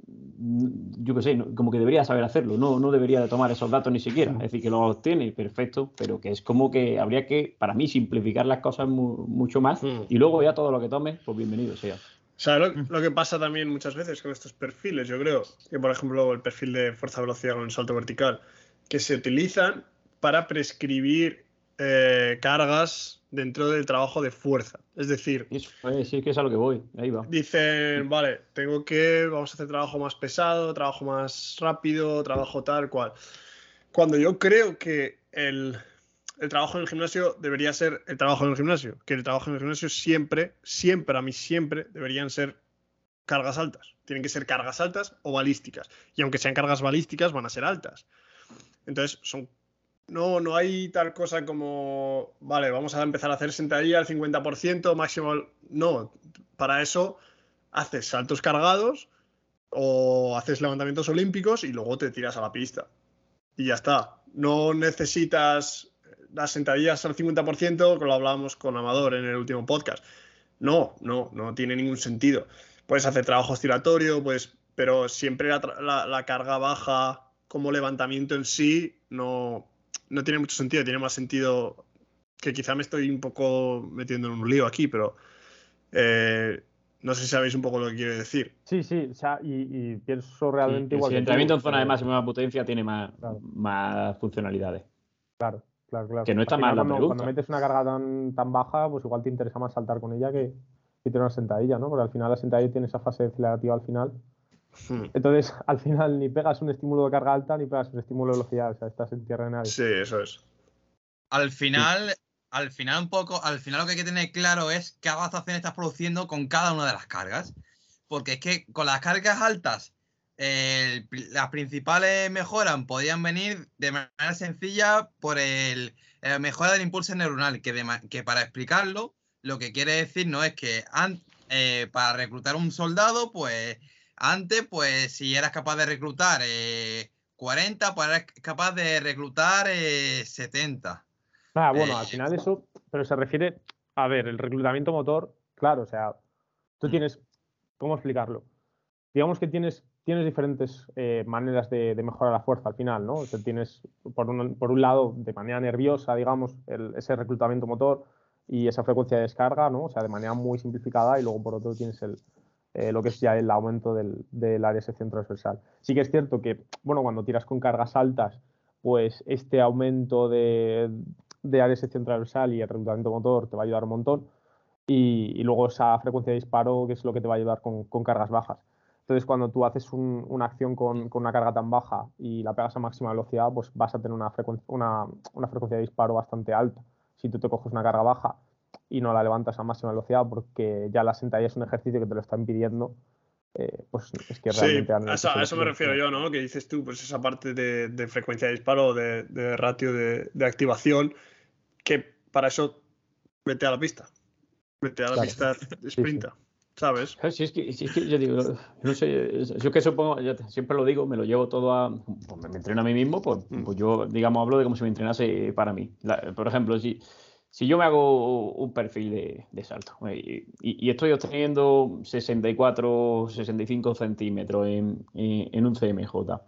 yo qué sé, como que debería saber hacerlo, no debería de tomar esos datos ni siquiera, es decir, que los obtiene, perfecto, pero que es como que habría que, para mí, simplificar las cosas mucho más y luego ya todo lo que tome, pues bienvenido sea. ¿Sabes lo que pasa también muchas veces con estos perfiles? Yo creo que, por ejemplo, el perfil de fuerza-velocidad con el salto vertical, que se utilizan para prescribir cargas dentro del trabajo de fuerza. Es decir, eso, sí, que es a lo que voy, ahí va. Dicen, vale, vamos a hacer trabajo más pesado, trabajo más rápido, trabajo tal cual. Cuando yo creo que el trabajo en el gimnasio debería ser el trabajo en el gimnasio, que el trabajo en el gimnasio siempre, a mí siempre deberían ser cargas altas. Tienen que ser cargas altas o balísticas. Y aunque sean cargas balísticas, van a ser altas. Entonces, no hay tal cosa como, vale, vamos a empezar a hacer sentadilla al 50%, máximo. No, para eso haces saltos cargados o haces levantamientos olímpicos y luego te tiras a la pista. Y ya está. No necesitas las sentadillas al 50%, que lo hablábamos con Amador en el último podcast. No tiene ningún sentido. Puedes hacer trabajo oscilatorio, pero siempre la carga baja como levantamiento en sí no tiene mucho sentido. Tiene más sentido, que quizá me estoy un poco metiendo en un lío aquí, pero no sé si sabéis un poco lo que quiero decir. Sí, o sea, y pienso realmente igual si que el entrenamiento tú, en zona de máxima potencia tiene más funcionalidades. Claro. Que no está Al final, mal la cuando pregunta. metes una carga tan baja, pues igual te interesa más saltar con ella que tener una sentadilla, ¿no? Porque al final la sentadilla tiene esa fase acelerativa al final. Entonces, al final ni pegas un estímulo de carga alta ni pegas un estímulo de velocidad, o sea, estás en tierra de nadie. Sí, eso es. Al final lo que hay que tener claro es qué adaptación estás produciendo con cada una de las cargas. Porque es que con las cargas altas, las principales mejoras podrían venir de manera sencilla por mejora del impulso neuronal, que para explicarlo, lo que quiere decir no es que para reclutar un soldado, pues antes, pues si eras capaz de reclutar 40, pues eras capaz de reclutar 70. Bueno, al final eso, pero se refiere, a ver, el reclutamiento motor, claro, o sea, tú tienes, ¿cómo explicarlo? Digamos que tienes diferentes maneras de mejorar la fuerza al final, ¿no? O sea, tienes, por un lado, de manera nerviosa, digamos, ese reclutamiento motor y esa frecuencia de descarga, ¿no? O sea, de manera muy simplificada, y luego por otro tienes lo que es ya el aumento del área de sección transversal. Sí que es cierto que, bueno, cuando tiras con cargas altas, pues este aumento de área de sección transversal y el reclutamiento motor te va a ayudar un montón, y luego esa frecuencia de disparo, que es lo que te va a ayudar con cargas bajas. Entonces, cuando tú haces una acción con una carga tan baja y la pegas a máxima velocidad, pues vas a tener una frecuencia de disparo bastante alta. Si tú te coges una carga baja y no la levantas a máxima velocidad porque ya la sentadilla es un ejercicio que te lo está impidiendo, pues es que realmente... Sí, a eso me refiero yo, ¿no? Que dices tú, pues esa parte de frecuencia de disparo, de ratio de activación, que para eso vete a la pista. Vete a la pista, sprinta, ¿sabes? Sí, es que yo digo, no sé, yo que supongo, yo siempre lo digo, me lo llevo todo pues me entreno a mí mismo, pues yo, digamos, hablo de como si me entrenase para mí. Por ejemplo, si yo me hago un perfil de salto y estoy obteniendo 64, 65 centímetros en un CMJ,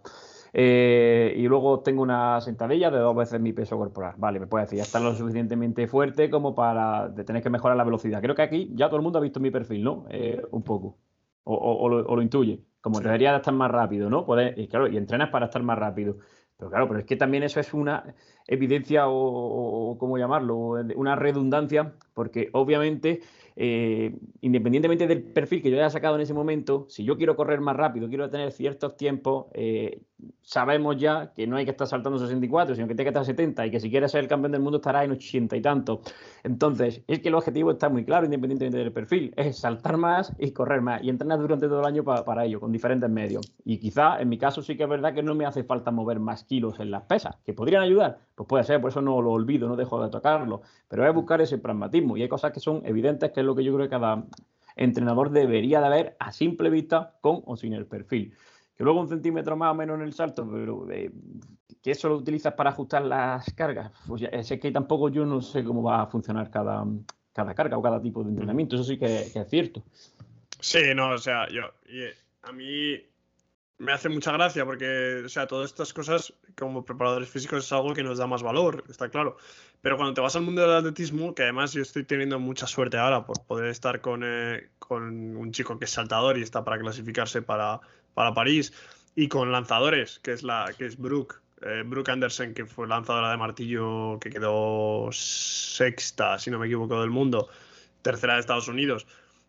y luego tengo una sentadilla de 2 veces mi peso corporal. Vale, me puede decir, ya está lo suficientemente fuerte como para tener que mejorar la velocidad. Creo que aquí ya todo el mundo ha visto mi perfil, ¿no? Un poco. O lo intuye. Como debería de estar más rápido, ¿no? Y claro, y entrenas para estar más rápido. Pero claro, pero es que también eso es una evidencia o ¿cómo llamarlo? Una redundancia, porque obviamente, independientemente del perfil que yo haya sacado en ese momento, si yo quiero correr más rápido, quiero tener ciertos tiempos, sabemos ya que no hay que estar saltando 64, sino que tiene que estar 70 y que si quieres ser el campeón del mundo estará en 80 y tanto. Entonces, es que el objetivo está muy claro, independientemente del perfil, es saltar más y correr más y entrenar durante todo el año para ello, con diferentes medios. Y quizá, en mi caso, sí que es verdad que no me hace falta mover más kilos en las pesas, que podrían ayudar, pues puede ser, por eso no lo olvido, no dejo de tocarlo, pero es buscar ese pragmatismo y hay cosas que son evidentes, que es lo que yo creo que cada entrenador debería de ver a simple vista, con o sin el perfil. Que luego 1 centímetro más o menos en el salto, pero que eso lo utilizas para ajustar las cargas, pues ya, es que tampoco yo no sé cómo va a funcionar cada carga o cada tipo de entrenamiento, eso sí que es cierto. Sí, no, o sea, a mí me hace mucha gracia porque, o sea, todas estas cosas como preparadores físicos es algo que nos da más valor, está claro. Pero cuando te vas al mundo del atletismo, que además yo estoy teniendo mucha suerte ahora por poder estar con un chico que es saltador y está para clasificarse para París, y con lanzadores, que es Brooke Anderson, que fue lanzadora de martillo que quedó sexta, si no me equivoco, del mundo, tercera de Estados Unidos.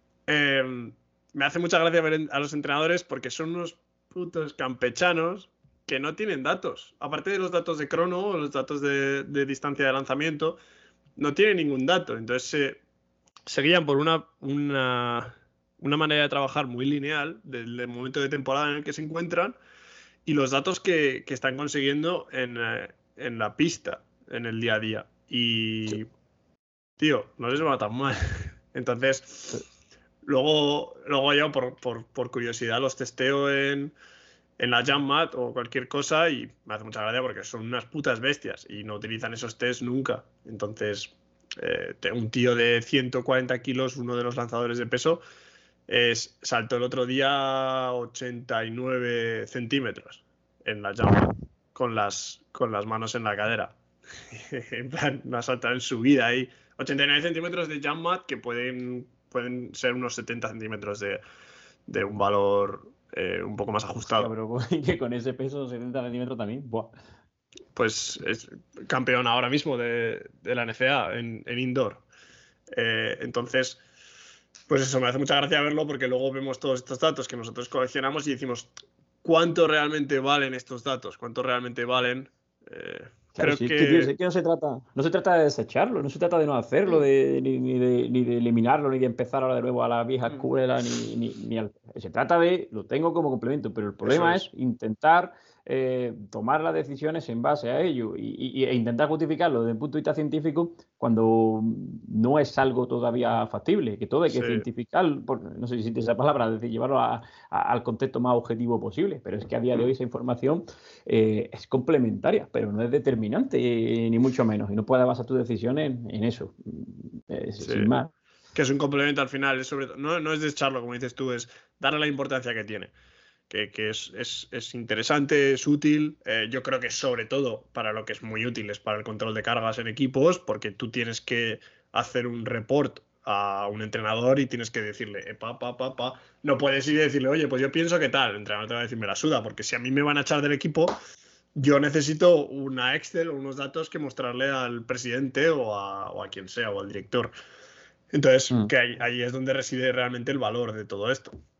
Me hace mucha gracia ver a los entrenadores porque son unos putos campechanos que no tienen datos. Aparte de los datos de crono o los datos de distancia de lanzamiento, no tienen ningún dato. Entonces se guían por una manera de trabajar muy lineal del momento de temporada en el que se encuentran y los datos que están consiguiendo en la pista, en el día a día. Y, tío, no les va tan mal. Entonces... Luego yo, por curiosidad, los testeo en la Jammat o cualquier cosa y me hace mucha gracia porque son unas putas bestias y no utilizan esos tests nunca. Entonces, un tío de 140 kilos, uno de los lanzadores de peso, saltó el otro día 89 centímetros en la Jammat con las manos en la cadera. En plan, no ha saltado en su vida ahí. 89 centímetros de Jammat que pueden ser unos 70 centímetros de un valor un poco más ajustado. Hostia, pero que con ese peso, 70 centímetros también, ¡buah! Pues es campeón ahora mismo de la NCAA en indoor. Entonces, pues eso, me hace mucha gracia verlo porque luego vemos todos estos datos que nosotros coleccionamos y decimos, ¿cuánto realmente valen estos datos? ¿Cuánto realmente valen? Claro, Creo tío, es que no se trata de desecharlo, no se trata de no hacerlo, ni de eliminarlo, ni de empezar ahora de nuevo a la vieja escuela, se trata de, lo tengo como complemento, pero el problema es intentar tomar las decisiones en base a ello e intentar justificarlo desde el punto de vista científico cuando no es algo todavía factible, que todo hay que cientificar, no sé si existe esa palabra, es decir, llevarlo al contexto más objetivo posible, pero es que a día de hoy esa información es complementaria, pero no es determinante, ni mucho menos, y no puedes basar tus decisiones en eso, sin más. Que es un complemento al final, no es desecharlo, como dices tú, es darle la importancia que tiene. Que es interesante, es útil. Yo creo que sobre todo para lo que es muy útil es para el control de cargas en equipos, porque tú tienes que hacer un report a un entrenador y tienes que decirle, no puedes ir y decirle, oye, pues yo pienso que tal, el entrenador te va a decir, me la suda, porque si a mí me van a echar del equipo, yo necesito una Excel o unos datos que mostrarle al presidente o a quien sea, o al director. Entonces, que ahí es donde reside realmente el valor de todo esto.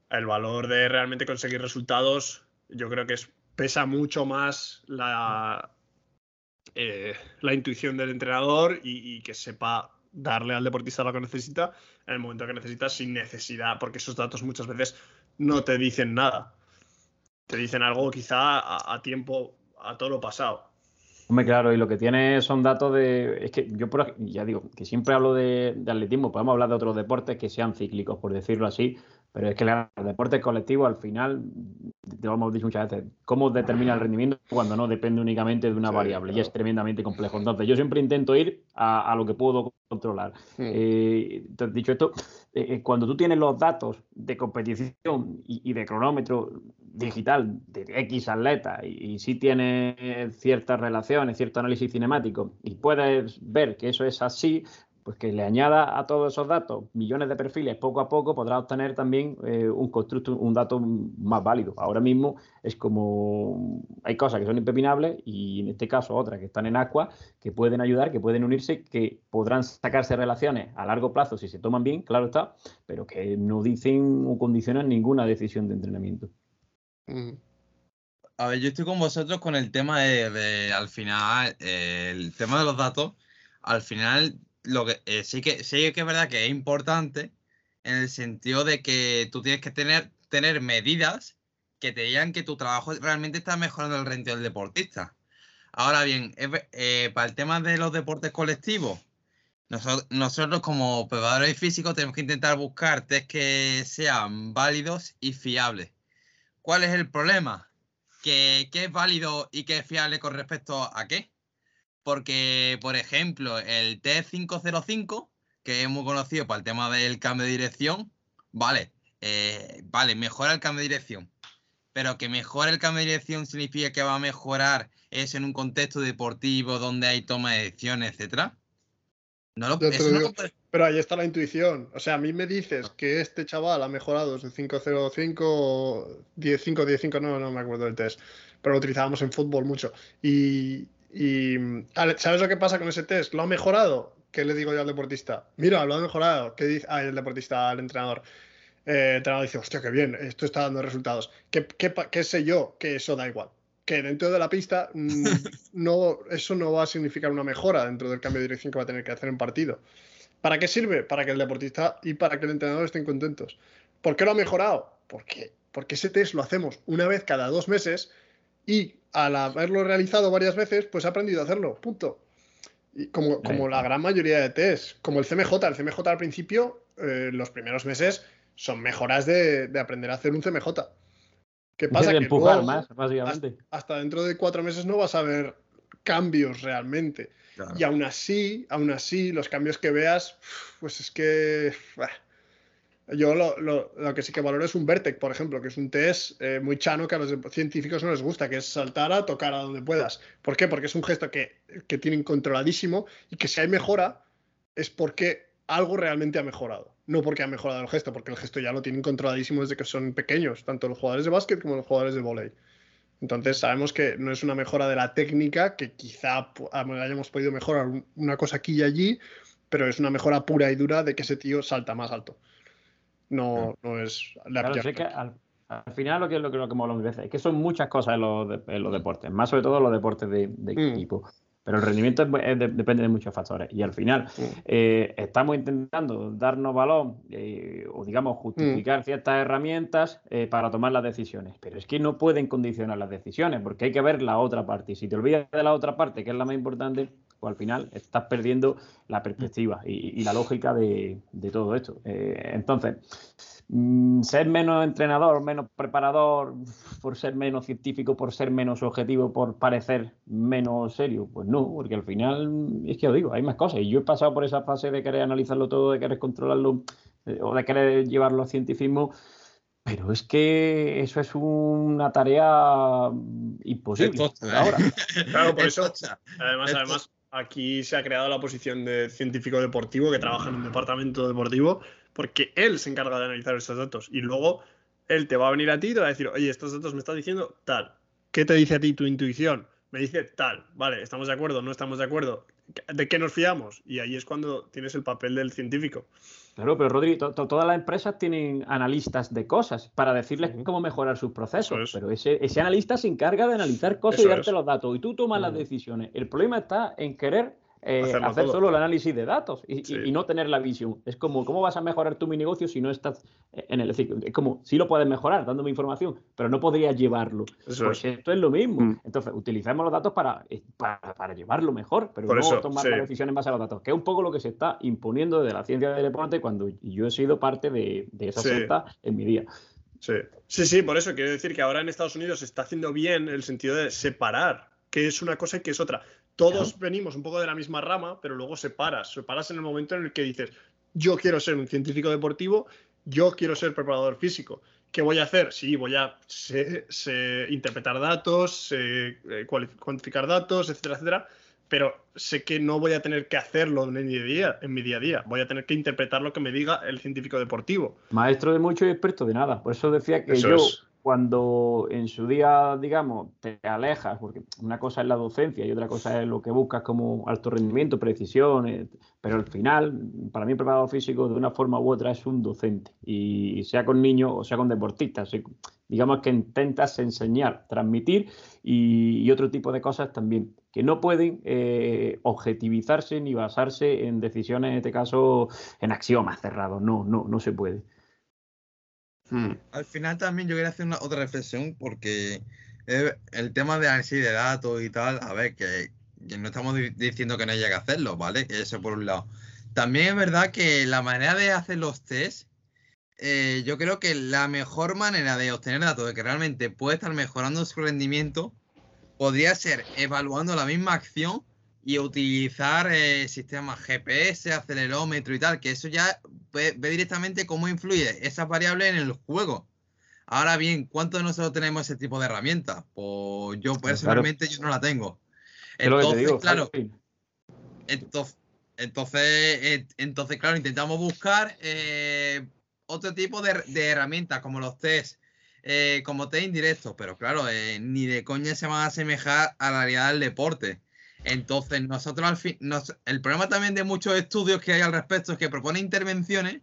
el valor de realmente conseguir resultados, yo creo que pesa mucho más la intuición del entrenador y que sepa darle al deportista lo que necesita en el momento que necesita, sin necesidad, porque esos datos muchas veces no te dicen nada. Te dicen algo quizá a tiempo, a todo lo pasado. Hombre, claro, y lo que tiene son datos de... Es que yo, ya digo, que siempre hablo de atletismo, podemos hablar de otros deportes que sean cíclicos, por decirlo así, pero es que los deportes colectivos, al final, lo hemos dicho muchas veces, ¿cómo determina el rendimiento cuando no depende únicamente de una variable? Claro. Y es tremendamente complejo. Entonces, yo siempre intento ir a lo que puedo controlar. Entonces, dicho esto, cuando tú tienes los datos de competición y de cronómetro digital de X atletas y sí tienes ciertas relaciones, cierto análisis cinemático y puedes ver que eso es así, pues que le añada a todos esos datos millones de perfiles poco a poco, podrás obtener también un constructo, un dato más válido. Ahora mismo es como hay cosas que son impepinables y en este caso otras que están en agua, que pueden ayudar, que pueden unirse, que podrán sacarse relaciones a largo plazo si se toman bien, claro está, pero que no dicen o condicionan ninguna decisión de entrenamiento. A ver, yo estoy con vosotros con el tema al final, el tema de los datos. Al final, lo que sí que es verdad que es importante en el sentido de que tú tienes que tener medidas que te digan que tu trabajo realmente está mejorando el rendimiento del deportista. Ahora bien, para el tema de los deportes colectivos, nosotros como preparadores físicos tenemos que intentar buscar test que sean válidos y fiables. ¿Cuál es el problema? ¿Qué es válido y qué es fiable con respecto a qué? Porque, por ejemplo, el T505, que es muy conocido para el tema del cambio de dirección, vale, mejora el cambio de dirección. Pero que mejore el cambio de dirección significa que va a mejorar eso en un contexto deportivo donde hay toma de decisiones, etcétera. Pero ahí está la intuición. O sea, a mí me dices que este chaval ha mejorado desde 5.05 o 10.5, no me acuerdo del test, pero lo utilizábamos en fútbol mucho. ¿Sabes lo que pasa con ese test? ¿Lo ha mejorado? ¿Qué le digo yo al deportista? Mira, lo ha mejorado. ¿Qué dice? El deportista al entrenador. El entrenador dice, hostia, qué bien, esto está dando resultados. ¿Qué sé yo? Que eso da igual. Que dentro de la pista eso no va a significar una mejora dentro del cambio de dirección que va a tener que hacer en partido. ¿Para qué sirve? Para que el deportista y para que el entrenador estén contentos. ¿Por qué lo ha mejorado? Porque ese test lo hacemos una vez cada 2 meses y al haberlo realizado varias veces, pues ha aprendido a hacerlo. Punto. Y como la gran mayoría de tests, como el CMJ. El CMJ al principio, los primeros meses, son mejoras de aprender a hacer un CMJ. ¿Qué pasa? De que empujar luego, más, básicamente. hasta dentro de 4 meses no vas a ver cambios realmente. Claro. Y aún así, los cambios que veas, pues es que... Yo lo que sí que valoro es un Vertec, por ejemplo, que es un test muy chano que a los científicos no les gusta, que es saltar a tocar a donde puedas. ¿Por qué? Porque es un gesto que tienen controladísimo y que si hay mejora es porque algo realmente ha mejorado. No porque ha mejorado el gesto, porque el gesto ya lo tienen controladísimo desde que son pequeños, tanto los jugadores de básquet como los jugadores de vóley. Entonces sabemos que no es una mejora de la técnica, que quizá hayamos podido mejorar una cosa aquí y allí, pero es una mejora pura y dura de que ese tío salta más alto. No es... Claro, sé que al final lo que mola muchas veces es que son muchas cosas en los deportes, más sobre todo los deportes de equipo. Pero el rendimiento depende de muchos factores. Y al final estamos intentando darnos valor o, digamos, justificar ciertas herramientas para tomar las decisiones. Pero es que no pueden condicionar las decisiones porque hay que ver la otra parte. Y si te olvidas de la otra parte, que es la más importante, pues al final estás perdiendo la perspectiva y la lógica de todo esto. Entonces, ser menos entrenador, menos preparador, por ser menos científico, por ser menos objetivo, por parecer menos serio, pues no, porque al final es que os digo, hay más cosas. Y yo he pasado por esa fase de querer analizarlo todo, de querer controlarlo o de querer llevarlo al científico. Pero es que eso es una tarea imposible ahora. Claro, por eso, además, aquí se ha creado la posición de científico deportivo que trabaja en un departamento deportivo, porque él se encarga de analizar esos datos y luego él te va a venir a ti y te va a decir, oye, estos datos me están diciendo tal. ¿Qué te dice a ti tu intuición? Me dice tal. Vale, ¿estamos de acuerdo? ¿No estamos de acuerdo? ¿De qué nos fiamos? Y ahí es cuando tienes el papel del científico. Claro, pero Rodri, todas las empresas tienen analistas de cosas para decirles cómo mejorar sus procesos, pero ese analista se encarga de analizar cosas y darte los datos, y tú tomas las decisiones. El problema está en querer hacer solo el análisis de datos y no tener la visión. Es como, ¿cómo vas a mejorar tu mi negocio si no estás en el ciclo? Es como, sí lo puedes mejorar dándome información, pero no podrías llevarlo. Esto es lo mismo. Entonces, utilizamos los datos para llevarlo mejor, pero no tomar la decisión en base a los datos, que es un poco lo que se está imponiendo desde la ciencia del deporte cuando yo he sido parte de esa secta en mi día. Sí, por eso quiero decir que ahora en Estados Unidos se está haciendo bien el sentido de separar qué es una cosa y qué es otra. Todos venimos un poco de la misma rama, pero luego separas en el momento en el que dices, yo quiero ser un científico deportivo, yo quiero ser preparador físico. ¿Qué voy a hacer? Sí, voy a interpretar datos, cuantificar datos, etcétera, etcétera, pero sé que no voy a tener que hacerlo en mi día a día. Voy a tener que interpretar lo que me diga el científico deportivo. Maestro de mucho y experto de nada. Por eso decía que cuando en su día, digamos, te alejas, porque una cosa es la docencia y otra cosa es lo que buscas como alto rendimiento, precisión, pero al final, para mí el preparador físico de una forma u otra es un docente, y sea con niños o sea con deportistas, digamos que intentas enseñar, transmitir y otro tipo de cosas también, que no pueden objetivizarse ni basarse en decisiones, en este caso, en axiomas cerrados. No se puede. Al final también yo quería hacer otra reflexión, porque el tema de análisis de datos y tal, a ver, que no estamos diciendo que no haya que hacerlo, ¿vale? Eso por un lado. También es verdad que la manera de hacer los test, yo creo que la mejor manera de obtener datos de que realmente puede estar mejorando su rendimiento podría ser evaluando la misma acción y utilizar sistemas GPS, acelerómetro y tal, que eso ya ve directamente cómo influye esas variables en el juego. Ahora bien, ¿cuántos de nosotros tenemos ese tipo de herramientas? Pues yo personalmente yo no la tengo. Entonces, claro, entonces, claro, intentamos buscar otro tipo de herramientas como los test, como test indirectos, pero claro, ni de coña se van a asemejar a la realidad del deporte. Entonces, nosotros al fin, el problema también de muchos estudios que hay al respecto es que proponen intervenciones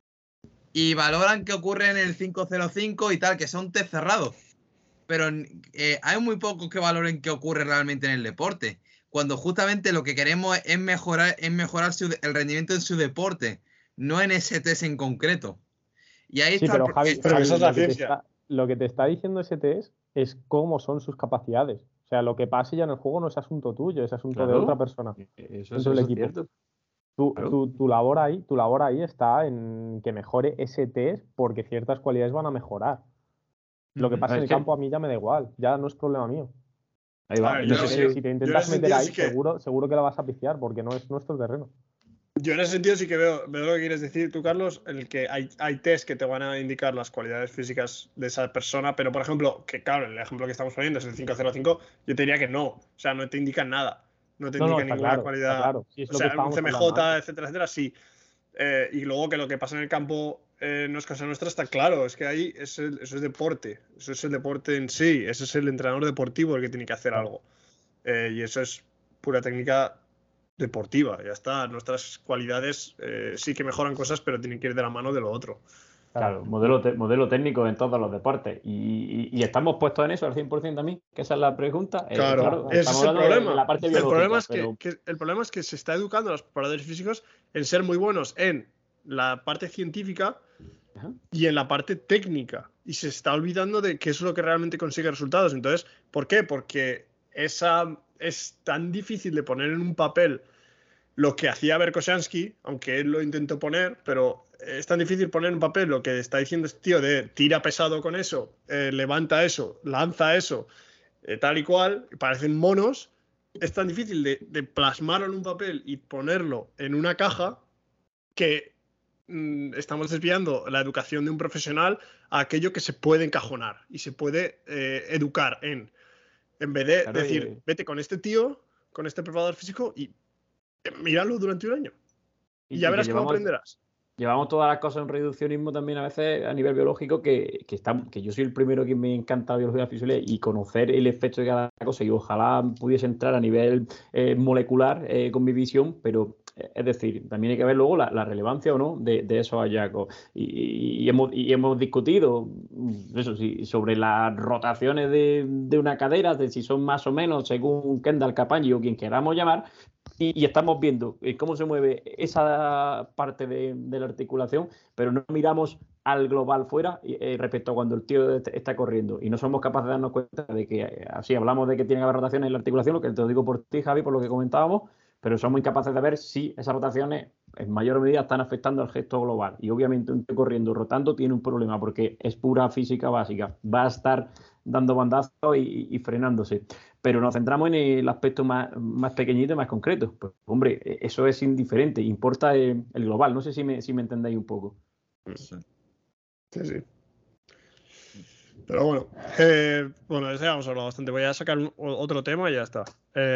y valoran qué ocurre en el 505 y tal, que son test cerrados. Pero hay muy pocos que valoren qué ocurre realmente en el deporte, cuando justamente lo que queremos es mejorar el rendimiento en su deporte, no en ese test en concreto. Y ahí está. Pero Javi, esa es la ciencia. Lo que te está diciendo ese test es cómo son sus capacidades. O sea, lo que pase ya en el juego no es asunto tuyo, es asunto de otra persona. Eso es cierto. Tu labor ahí está en que mejore ese test, porque ciertas cualidades van a mejorar. Lo que pasa en el campo a mí ya me da igual, ya no es problema mío. Ahí va. Si te intentas meter ahí, seguro que la vas a piciar, porque no es nuestro terreno. Yo en ese sentido sí que veo lo que quieres decir tú, Carlos, en el que hay test que te van a indicar las cualidades físicas de esa persona, pero por ejemplo, que claro, el ejemplo que estamos poniendo es el 505, yo te diría que no, o sea, no te indican nada, no te indican ninguna cualidad, claro. Sí, o sea, un CMJ, etcétera, etcétera, sí. Y luego que lo que pasa en el campo no es cosa nuestra, está claro, es que ahí eso es deporte, eso es el deporte en sí, ese es el entrenador deportivo el que tiene que hacer algo, y eso es pura técnica deportiva, ya está. Nuestras cualidades sí que mejoran cosas, pero tienen que ir de la mano de lo otro. Claro, modelo técnico en todos los deportes. Y estamos puestos en eso al 100% también, que esa es la pregunta. Claro, ese es el problema. De la parte el problema es que se está educando a los preparadores físicos en ser muy buenos en la parte científica y en la parte técnica. Y se está olvidando de qué es lo que realmente consigue resultados. Entonces, ¿por qué? Porque es tan difícil de poner en un papel lo que hacía Verkhoshansky, aunque él lo intentó poner, pero es tan difícil poner en papel lo que está diciendo este tío de tira pesado con eso, levanta eso, lanza eso, tal y cual, parecen monos. Es tan difícil de plasmarlo en un papel y ponerlo en una caja que estamos desviando la educación de un profesional a aquello que se puede encajonar y se puede educar en vez de decir, vete con este tío, con este preparador físico y míralo durante un año. Y ya verás cómo aprenderás. Llevamos todas las cosas en reduccionismo también a veces a nivel biológico, que yo soy el primero que me encanta la biología fisiológica y conocer el efecto de cada cosa, y ojalá pudiese entrar a nivel molecular con mi visión, pero Es decir, también hay que ver luego la relevancia o no de esos hallazgos. Y hemos discutido eso sí, sobre las rotaciones de una cadera, de si son más o menos según Kendall Capañi o quien queramos llamar, y estamos viendo cómo se mueve esa parte de la articulación, pero no miramos al global fuera respecto a cuando el tío está corriendo. Y no somos capaces de darnos cuenta de que, así hablamos de que tiene que haber rotaciones en la articulación, lo que te lo digo por ti, Javi, por lo que comentábamos, pero somos incapaces de ver si esas rotaciones en mayor medida están afectando al gesto global. Y obviamente un tío corriendo, rotando, tiene un problema porque es pura física básica. Va a estar dando bandazos y frenándose. Pero nos centramos en el aspecto más pequeñito y más concreto. Pues, hombre, eso es indiferente. Importa el global. No sé si me entendéis un poco. Sí. Pero bueno, de ese hemos hablado bastante. Voy a sacar otro tema y ya está.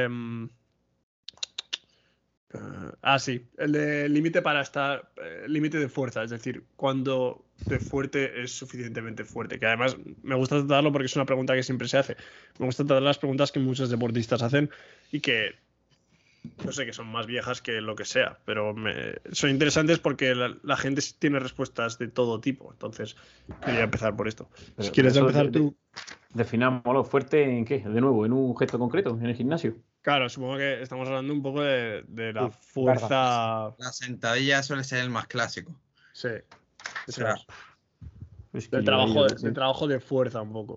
Sí, el de límite para estar, límite de fuerza, es decir, cuando de fuerte es suficientemente fuerte, que además me gusta tratarlo porque es una pregunta que siempre se hace. Me gusta tratar las preguntas que muchos deportistas hacen y que, no sé, que son más viejas que lo que sea, pero son interesantes porque la gente tiene respuestas de todo tipo, entonces quería empezar por esto. Pero si quieres empezar tú... Definámoslo fuerte en qué, de nuevo, en un gesto concreto, en el gimnasio. Claro, supongo que estamos hablando un poco de la fuerza. La sentadilla suele ser el más clásico. Sí. O sea, del trabajo de fuerza un poco.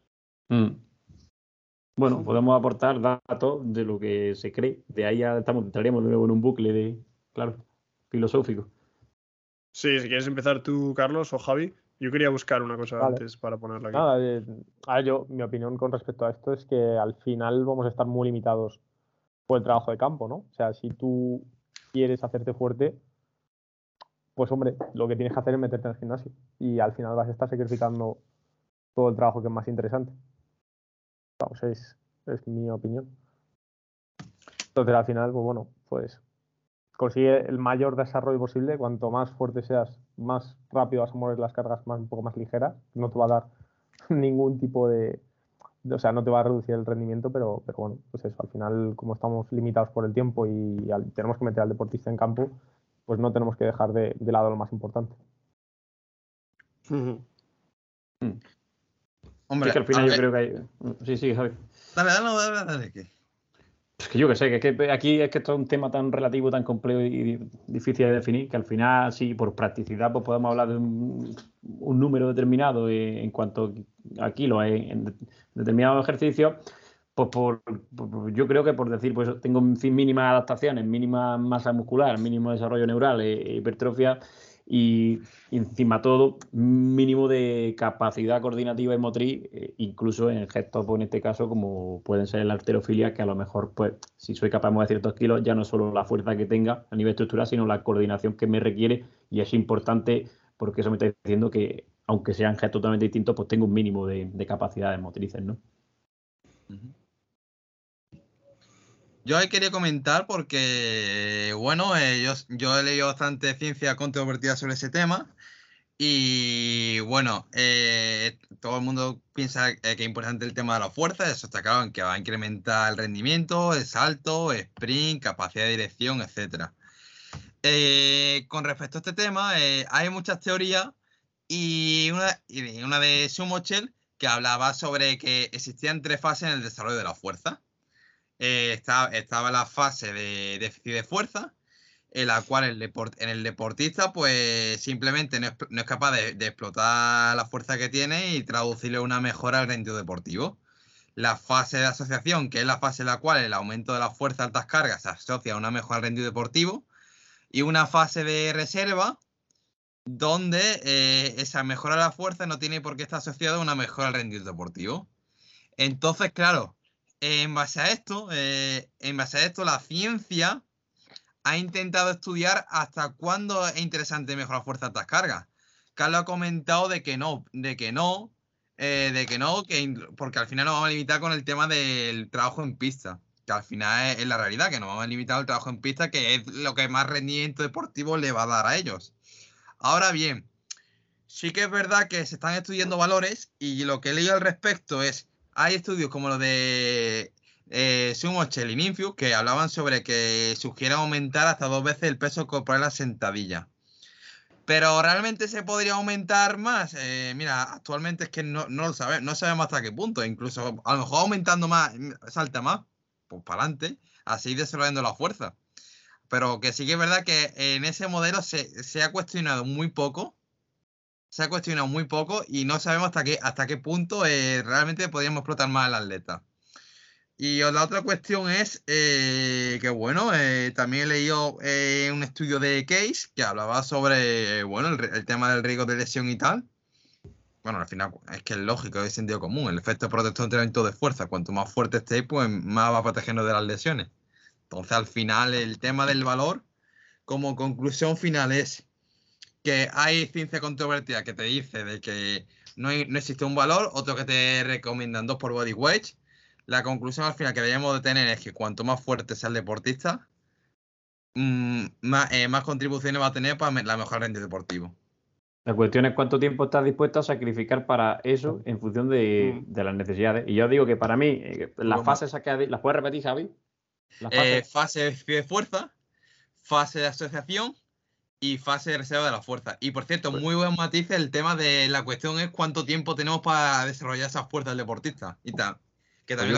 Bueno, podemos aportar datos de lo que se cree. De ahí ya entraríamos de nuevo en un bucle filosófico. Sí, si quieres empezar tú, Carlos o Javi. Yo quería buscar una cosa antes para ponerla aquí. Nada, mi opinión con respecto a esto es que al final vamos a estar muy limitados por el trabajo de campo, ¿no? O sea, si tú quieres hacerte fuerte, pues hombre, lo que tienes que hacer es meterte en el gimnasio y al final vas a estar sacrificando todo el trabajo que es más interesante. Vamos, es mi opinión. Entonces al final, pues bueno, pues consigue el mayor desarrollo posible. Cuanto más fuerte seas, más rápido vas a mover las cargas un poco más ligeras. No te va a dar ningún tipo o sea, no te va a reducir el rendimiento, pero bueno, pues eso, al final, como estamos limitados por el tiempo y tenemos que meter al deportista en campo, pues no tenemos que dejar de lado lo más importante. Hombre, es que al final yo creo que hay... Sí, Javi. Dale. Es que yo que sé, que aquí es que esto es un tema tan relativo, tan complejo y difícil de definir, que al final, sí, por practicidad, pues podemos hablar de un número determinado en cuanto a kilos en determinados ejercicios, pues yo creo que por decir, pues tengo mínimas adaptaciones, mínima masa muscular, mínimo desarrollo neural, hipertrofia y encima todo mínimo de capacidad coordinativa y motriz, incluso en gestos, pues en este caso, como pueden ser la halterofilia, que a lo mejor, pues, si soy capaz de mover ciertos kilos, ya no solo la fuerza que tenga a nivel estructural, sino la coordinación que me requiere, y es importante porque eso me está diciendo que, aunque sean gestos totalmente distintos, pues tengo un mínimo de capacidades motrices, ¿no? Yo ahí quería comentar porque, bueno, yo he leído bastante ciencia controvertida sobre ese tema y, bueno, todo el mundo piensa que es importante el tema de la fuerza, eso está claro, en que va a incrementar el rendimiento, el salto, sprint, capacidad de dirección, etc. Con respecto a este tema, hay muchas teorías y una de Schumacher que hablaba sobre que existían 3 fases en el desarrollo de la fuerza. Estaba la fase de déficit de fuerza, en la cual el deportista pues simplemente no es capaz de explotar la fuerza que tiene y traducirle una mejora al rendimiento deportivo. La fase de asociación, que es la fase en la cual el aumento de la fuerza a altas cargas se asocia a una mejora al rendimiento deportivo, y una fase de reserva donde esa mejora de la fuerza no tiene por qué estar asociada a una mejora al rendimiento deportivo. Entonces, claro, en base a esto, la ciencia ha intentado estudiar hasta cuándo es interesante mejorar fuerza a altas cargas. Carlos ha comentado de que no, porque al final nos vamos a limitar con el tema del trabajo en pista, que al final es la realidad, que nos vamos a limitar al trabajo en pista, que es lo que más rendimiento deportivo le va a dar a ellos. Ahora bien, sí que es verdad que se están estudiando valores y lo que he leído al respecto es, hay estudios como los de Sumo Chelin Infuse, que hablaban sobre que sugiere aumentar hasta 2 veces el peso corporal en la sentadilla. Pero ¿realmente se podría aumentar más? Mira, actualmente es que no lo sabemos, no sabemos hasta qué punto. Incluso a lo mejor aumentando más, salta más, pues para adelante, así desarrollando la fuerza. Pero que sí que es verdad que en ese modelo se ha cuestionado muy poco. Se ha cuestionado muy poco y no sabemos hasta qué punto realmente podríamos explotar más al atleta. Y la otra cuestión es que, bueno, también he leído un estudio de Case que hablaba sobre, bueno, el tema del riesgo de lesión y tal. Bueno, al final es que es lógico, es sentido común. El efecto protector de entrenamiento de fuerza, cuanto más fuerte estéis, pues más va a protegernos de las lesiones. Entonces, al final, el tema del valor, como conclusión final, es que hay ciencia controvertida que te dice de que no existe un valor, otro que te recomiendan 2 por body weight. La conclusión al final que debemos de tener es que cuanto más fuerte sea el deportista, más contribuciones va a tener para la mejor rendimiento deportivo. La cuestión es cuánto tiempo estás dispuesto a sacrificar para eso en función de las necesidades. Y yo digo que para mí, las fases ¿las puedes repetir, Xavi? Fase de fuerza, fase de asociación y fase de reserva de la fuerza. Y por cierto, muy buen matiz el tema de la cuestión es cuánto tiempo tenemos para desarrollar esas fuerzas del deportista y tal. Que también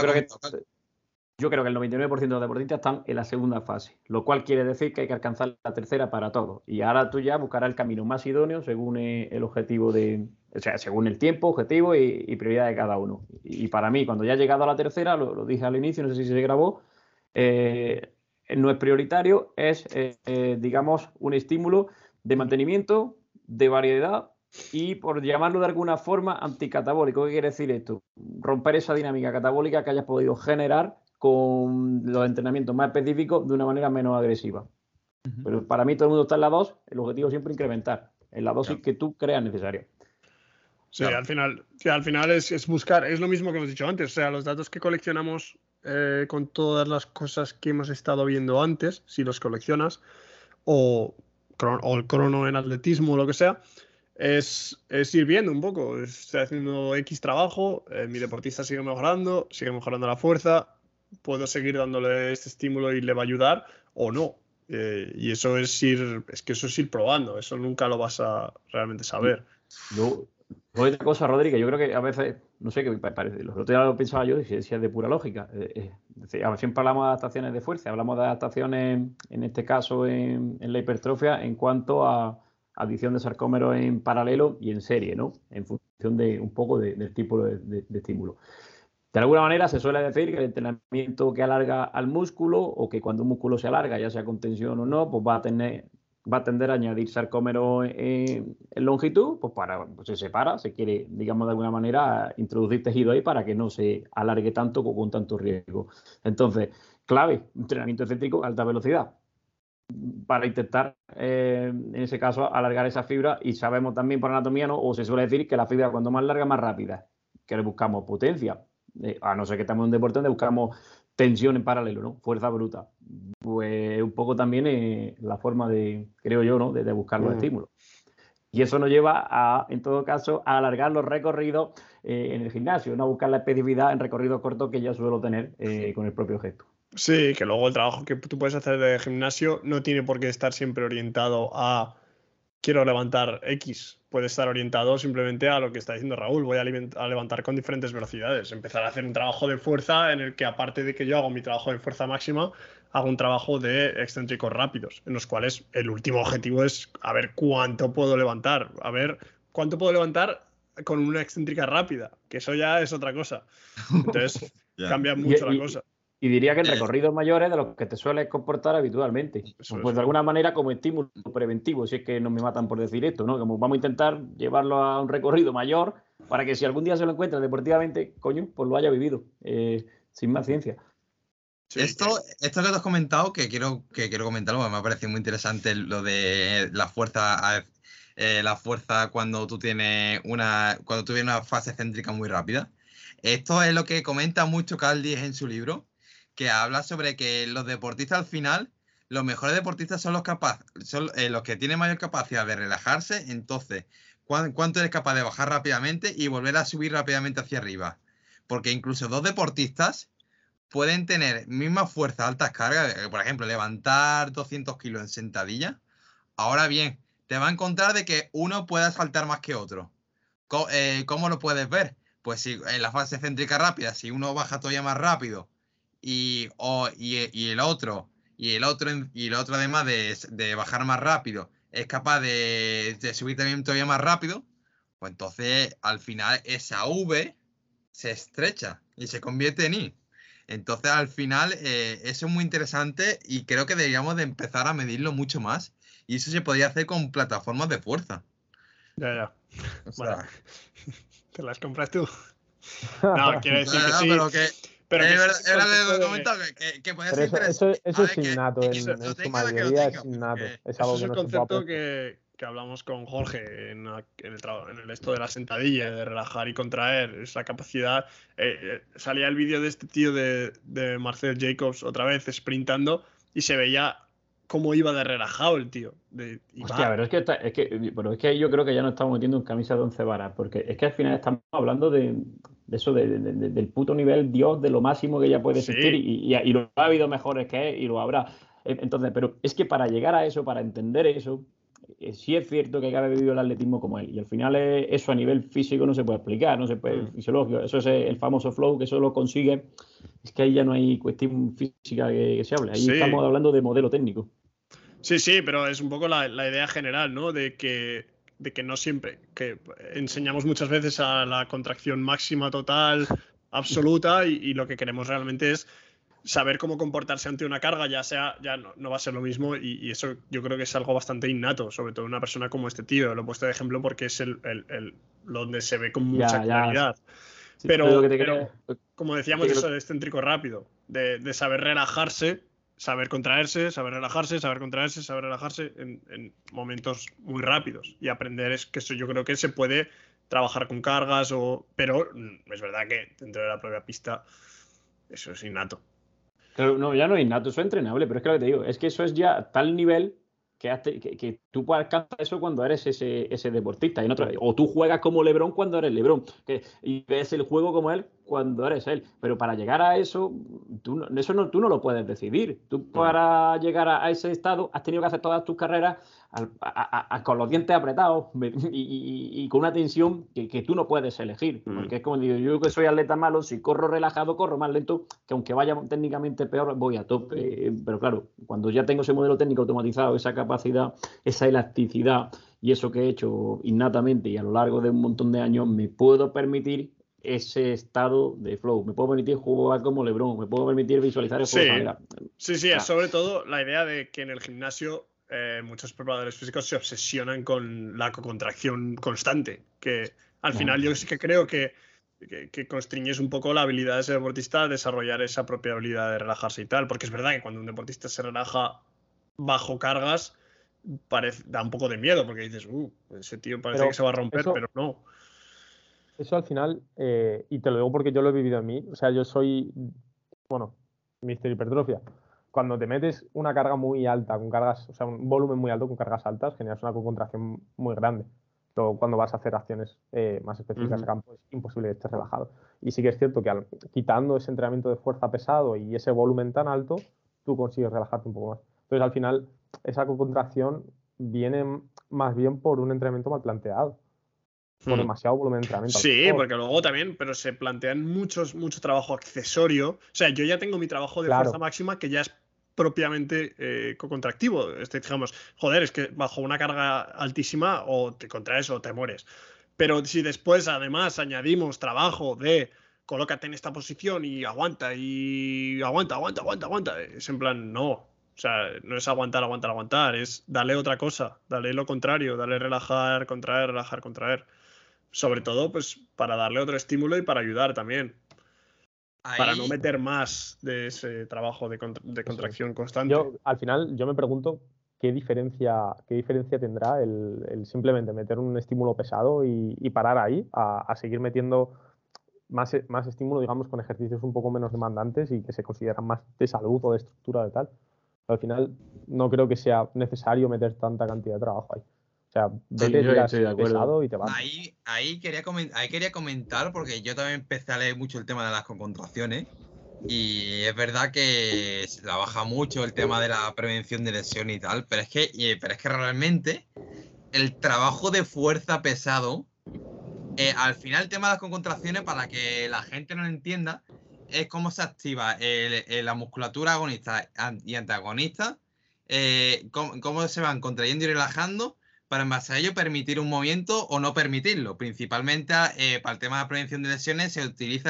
yo creo que el 99% de los deportistas están en la segunda fase, lo cual quiere decir que hay que alcanzar la tercera para todos. Y ahora tú ya buscarás el camino más idóneo según el objetivo o sea, según el tiempo, objetivo y prioridad de cada uno. Y para mí, cuando ya he llegado a la tercera, lo dije al inicio, no sé si se grabó, no es prioritario, es, digamos, un estímulo de mantenimiento, de variedad y, por llamarlo de alguna forma, anticatabólico. ¿Qué quiere decir esto? Romper esa dinámica catabólica que hayas podido generar con los entrenamientos más específicos de una manera menos agresiva. Pero para mí todo el mundo está en la 2, el objetivo siempre es incrementar en la dosis que tú creas necesaria. Sí, al final es buscar, es lo mismo que hemos dicho antes, o sea, los datos que coleccionamos con todas las cosas que hemos estado viendo antes, si los coleccionas, o el crono en atletismo o lo que sea, es ir viendo un poco, estoy haciendo X trabajo, mi deportista sigue mejorando la fuerza, puedo seguir dándole este estímulo y le va a ayudar o no. Y eso es ir probando, eso nunca lo vas a realmente saber. Otra cosa, Rodri, que yo creo que a veces, no sé qué me parece, los otros días lo pensaba yo, si es de pura lógica. Siempre hablamos de adaptaciones de fuerza, hablamos de adaptaciones, en este caso en la hipertrofia, en cuanto a adición de sarcómeros en paralelo y en serie, ¿no? En función de un poco del tipo de estímulo. De alguna manera se suele decir que el entrenamiento que alarga al músculo o que cuando un músculo se alarga, ya sea con tensión o no, pues va a tender a añadir sarcómeros en longitud, pues se separa, se quiere, digamos de alguna manera, introducir tejido ahí para que no se alargue tanto con tanto riesgo. Entonces, clave, entrenamiento excéntrico a alta velocidad para intentar, en ese caso, alargar esa fibra. Y sabemos también por anatomía, ¿no? O se suele decir que la fibra cuando más larga, más rápida, que le buscamos potencia. A no ser que estamos en un deporte donde buscamos tensión en paralelo, ¿no? Fuerza bruta. Pues un poco también la forma de, creo yo, ¿no? De buscar los estímulos. Y eso nos lleva en todo caso, a alargar los recorridos en el gimnasio, no a buscar la especificidad en recorridos cortos que ya suelo tener con el propio gesto. Sí, que luego el trabajo que tú puedes hacer de gimnasio no tiene por qué estar siempre orientado a quiero levantar X, puede estar orientado simplemente a lo que está diciendo Raúl, voy a levantar con diferentes velocidades, empezar a hacer un trabajo de fuerza en el que, aparte de que yo hago mi trabajo de fuerza máxima, hago un trabajo de excéntricos rápidos, en los cuales el último objetivo es a ver cuánto puedo levantar, con una excéntrica rápida, que eso ya es otra cosa. Entonces cambia mucho la cosa. Y diría que en recorridos mayores de los que te sueles comportar habitualmente. Pues de alguna manera como estímulo preventivo, si es que no me matan por decir esto, ¿no? Como vamos a intentar llevarlo a un recorrido mayor para que si algún día se lo encuentra deportivamente, coño, pues lo haya vivido, sin más ciencia. Sí, esto que tú has comentado, que quiero comentarlo, porque me ha parecido muy interesante lo de la fuerza cuando tú tienes una fase excéntrica muy rápida. Esto es lo que comenta mucho Carl Diez en su libro, que habla sobre que los deportistas al final, los mejores deportistas son los que tienen mayor capacidad de relajarse. Entonces, ¿cuánto eres capaz de bajar rápidamente y volver a subir rápidamente hacia arriba? Porque incluso dos deportistas pueden tener misma fuerza, altas cargas, por ejemplo, levantar 200 kilos en sentadilla. Ahora bien, te va a encontrar de que uno pueda saltar más que otro. ¿Cómo lo puedes ver? Pues si en la fase céntrica rápida, si uno baja todavía más rápido y el otro además de bajar más rápido es capaz de subir también todavía más rápido, pues entonces al final esa V se estrecha y se convierte en I. Entonces al final eso es muy interesante y creo que deberíamos de empezar a medirlo mucho más, y eso se podría hacer con plataformas de fuerza. Ya. O sea, Bueno, ¿te las compras tú? No, quiero decir que sí. Pero que es es el verdad, concepto lo de- comentado, que puede Pero ser eso interesante. es A ver, innato, que en lo su tenga, que lo mayoría tenga, es innato. porque- Es Eso algo es que el no se puede concepto aprender. que hablamos con Jorge en el esto de la sentadilla, de relajar y contraer, esa capacidad. Salía el vídeo de este tío de Marcel Jacobs otra vez sprintando y se veía cómo iba de relajado el tío. Hostia, pero es que yo creo que ya nos estamos metiendo en camisa de 11 varas, porque es que al final estamos hablando de eso, del puto nivel Dios, de lo máximo que ya puede existir, Sí. y lo ha habido mejores que él, y lo habrá. Entonces, pero es que para llegar a eso, para entender eso, sí es cierto que hay que haber vivido el atletismo como él, y al final eso a nivel físico no se puede explicar, no se puede, fisiológico, eso es el famoso flow, que eso lo consigue, es que ahí ya no hay cuestión física que se hable, ahí Sí. estamos hablando de modelo técnico. Sí, pero es un poco la idea general, ¿no? De que no siempre, que enseñamos muchas veces a la contracción máxima total, absoluta, y lo que queremos realmente es saber cómo comportarse ante una carga, ya no va a ser lo mismo, y eso yo creo que es algo bastante innato, sobre todo una persona como este tío. Lo he puesto de ejemplo porque es donde se ve con mucha claridad. Sí, Pero que te como decíamos, eso de excéntrico rápido, de saber relajarse, saber contraerse, saber relajarse, saber contraerse, saber relajarse en momentos muy rápidos. Y aprender es que eso yo creo que se puede trabajar con cargas, pero es verdad que dentro de la propia pista eso es innato. Claro, no, ya no es innato, eso es entrenable, pero es que lo que te digo, es que eso es ya tal nivel que tú puedes alcanzar eso cuando eres ese deportista. O tú juegas como LeBron cuando eres LeBron, y ves el juego como él cuando eres él. Pero para llegar a eso, tú no lo puedes decidir. Tú para llegar a ese estado has tenido que hacer todas tus carreras con los dientes apretados y con una tensión que tú no puedes elegir. Porque es como digo, yo que soy atleta malo, si corro relajado, corro más lento, que aunque vaya técnicamente peor, voy a tope. Pero claro, cuando ya tengo ese modelo técnico automatizado, esa capacidad, esa elasticidad y eso que he hecho innatamente y a lo largo de un montón de años, me puedo permitir ese estado de flow. Me puedo permitir jugar como LeBron, me puedo permitir visualizar el juego de esa manera. Sí, es sobre todo la idea de que en el gimnasio muchos preparadores físicos se obsesionan con la contracción constante, que al final yo sí que creo que constriñes un poco la habilidad de ese deportista a desarrollar esa propia habilidad de relajarse y tal, porque es verdad que cuando un deportista se relaja bajo cargas da un poco de miedo, porque dices, ese tío parece que se va a romper, pero no. Eso al final, y te lo digo porque yo lo he vivido en mí, o sea, yo soy, mister hipertrofia. Cuando te metes una carga muy alta, con cargas, o sea, un volumen muy alto con cargas altas, generas una contracción muy grande. Luego, cuando vas a hacer acciones más específicas a campo, es imposible que estés relajado. Y sí que es cierto que quitando ese entrenamiento de fuerza pesado y ese volumen tan alto, tú consigues relajarte un poco más. Entonces, al final, esa contracción viene más bien por un entrenamiento mal planteado. Por demasiado volumen de entrenamiento. Sí, porque luego también, pero se plantean mucho trabajo accesorio. O sea, yo ya tengo mi trabajo de fuerza máxima que ya es propiamente contractivo. Digamos, joder, es que bajo una carga altísima o te contraes o te mueres. Pero si después además añadimos trabajo de colócate en esta posición y aguanta, es en plan, no. O sea, no es aguantar, es darle otra cosa, darle lo contrario, darle relajar, contraer. Sobre todo, pues, para darle otro estímulo y para ayudar también. Para no meter más de ese trabajo de contracción constante. Al final, yo me pregunto qué diferencia tendrá el simplemente meter un estímulo pesado y parar ahí, a seguir metiendo más estímulo, digamos, con ejercicios un poco menos demandantes y que se consideran más de salud o de estructura de tal. Al final, no creo que sea necesario meter tanta cantidad de trabajo ahí. O sea, vete, tiras pesado y te vas. Ahí quería comentar, porque yo también empecé a leer mucho el tema de las contracciones. Y es verdad que se trabaja mucho el tema de la prevención de lesión y tal, pero es que realmente el trabajo de fuerza pesado, al final el tema de las contracciones, para que la gente no lo entienda, es cómo se activa la musculatura agonista y antagonista, cómo se van contrayendo y relajando para en base a ello permitir un movimiento o no permitirlo. Principalmente para el tema de la prevención de lesiones se utiliza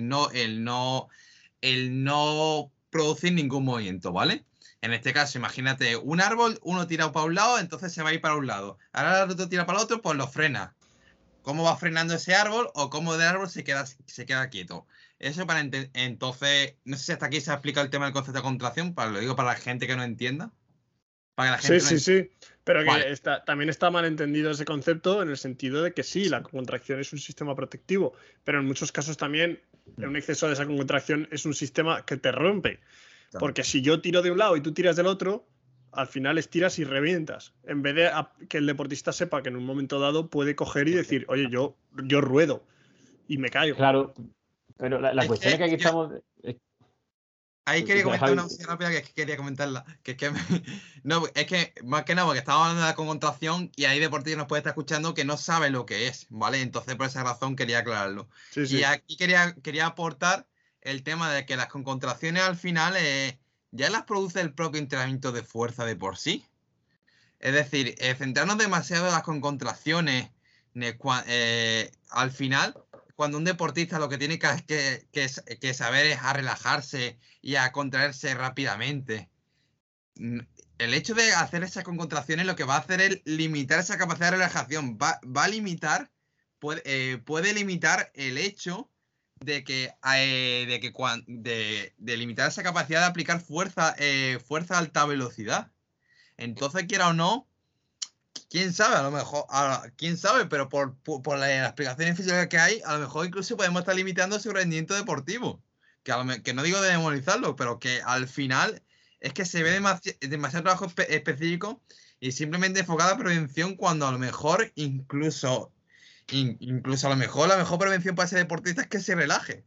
el no producir ningún movimiento, ¿vale? En este caso, imagínate un árbol, uno tira para un lado, entonces se va a ir para un lado. Ahora el otro tira para el otro, pues lo frena. ¿Cómo va frenando ese árbol o cómo el árbol se queda quieto? Eso para entonces, no sé si hasta aquí se ha explicado el tema del concepto de contracción, lo digo para la gente que no entienda. Para que la gente Sí. Pero Vale. que también está mal entendido ese concepto en el sentido de que sí, la contracción es un sistema protectivo, pero en muchos casos también un exceso de esa contracción es un sistema que te rompe. Porque si yo tiro de un lado y tú tiras del otro, al final estiras y revientas. En vez de que el deportista sepa que en un momento dado puede coger y decir, oye, yo ruedo y me caigo. Claro, pero la cuestión es que aquí estamos... Ahí quería comentar una cosa rápida que quería comentarla. No, es que más que nada porque estamos hablando de la contracción y ahí deportista nos puede estar escuchando que no sabe lo que es, ¿vale? Entonces por esa razón quería aclararlo. Sí. Y aquí quería aportar el tema de que las contracciones al final ya las produce el propio entrenamiento de fuerza de por sí. Es decir, centrarnos demasiado en las contracciones al final, cuando un deportista lo que tiene que saber es a relajarse y a contraerse rápidamente. El hecho de hacer esas contracciones lo que va a hacer es limitar esa capacidad de relajación. Va a limitar, puede limitar el hecho de limitar esa capacidad de aplicar fuerza a alta velocidad. Entonces, quiera o no, quién sabe, a lo mejor, quién sabe, pero por las explicaciones físicas que hay, a lo mejor incluso podemos estar limitando su rendimiento deportivo. Que no digo de demonizarlo, pero que al final es que se ve demasiado trabajo específico y simplemente enfocada a prevención cuando a lo mejor incluso a lo mejor la mejor prevención para ese deportista es que se relaje.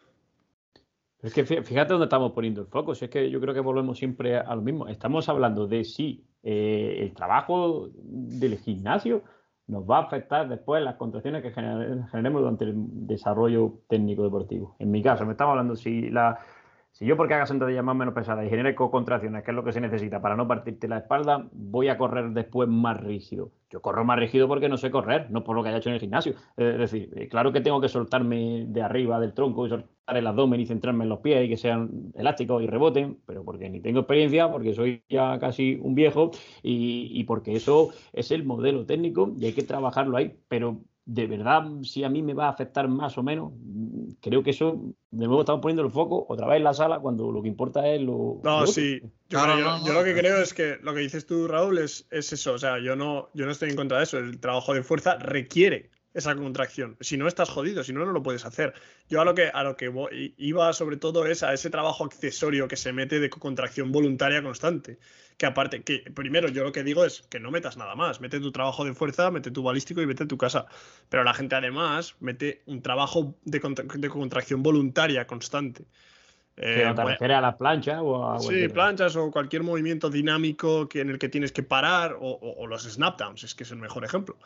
Es que fíjate dónde estamos poniendo el foco. Si es que yo creo que volvemos siempre a lo mismo. Estamos hablando de si el trabajo del gimnasio nos va a afectar después las contracciones que generemos durante el desarrollo técnico deportivo. En mi caso, me estamos hablando si yo porque haga sentadillas más o menos pesadas y genere contracciones, que es lo que se necesita para no partirte la espalda, voy a correr después más rígido. Yo corro más rígido porque no sé correr, no por lo que haya hecho en el gimnasio. Es decir, claro que tengo que soltarme de arriba del tronco y soltar el abdomen y centrarme en los pies y que sean elásticos y reboten, pero porque ni tengo experiencia, porque soy ya casi un viejo y porque eso es el modelo técnico y hay que trabajarlo ahí, pero de verdad, si a mí me va a afectar más o menos, creo que eso, de nuevo estamos poniendo el foco otra vez en la sala cuando lo que importa es lo... No, lo sí. Yo lo que creo es que lo que dices tú, Raúl, es eso. O sea, yo no estoy en contra de eso. El trabajo de fuerza requiere esa contracción. Si no, estás jodido, si no, no lo puedes hacer. Yo a lo que iba sobre todo es a ese trabajo accesorio que se mete de contracción voluntaria constante. Que aparte, que primero yo lo que digo es que no metas nada más. Mete tu trabajo de fuerza, mete tu balístico y vete a tu casa. Pero la gente además mete un trabajo de contracción voluntaria constante. Pero te refieres a las planchas o a... Sí, planchas o cualquier movimiento dinámico en el que tienes que parar o los snapdowns, es que es el mejor ejemplo.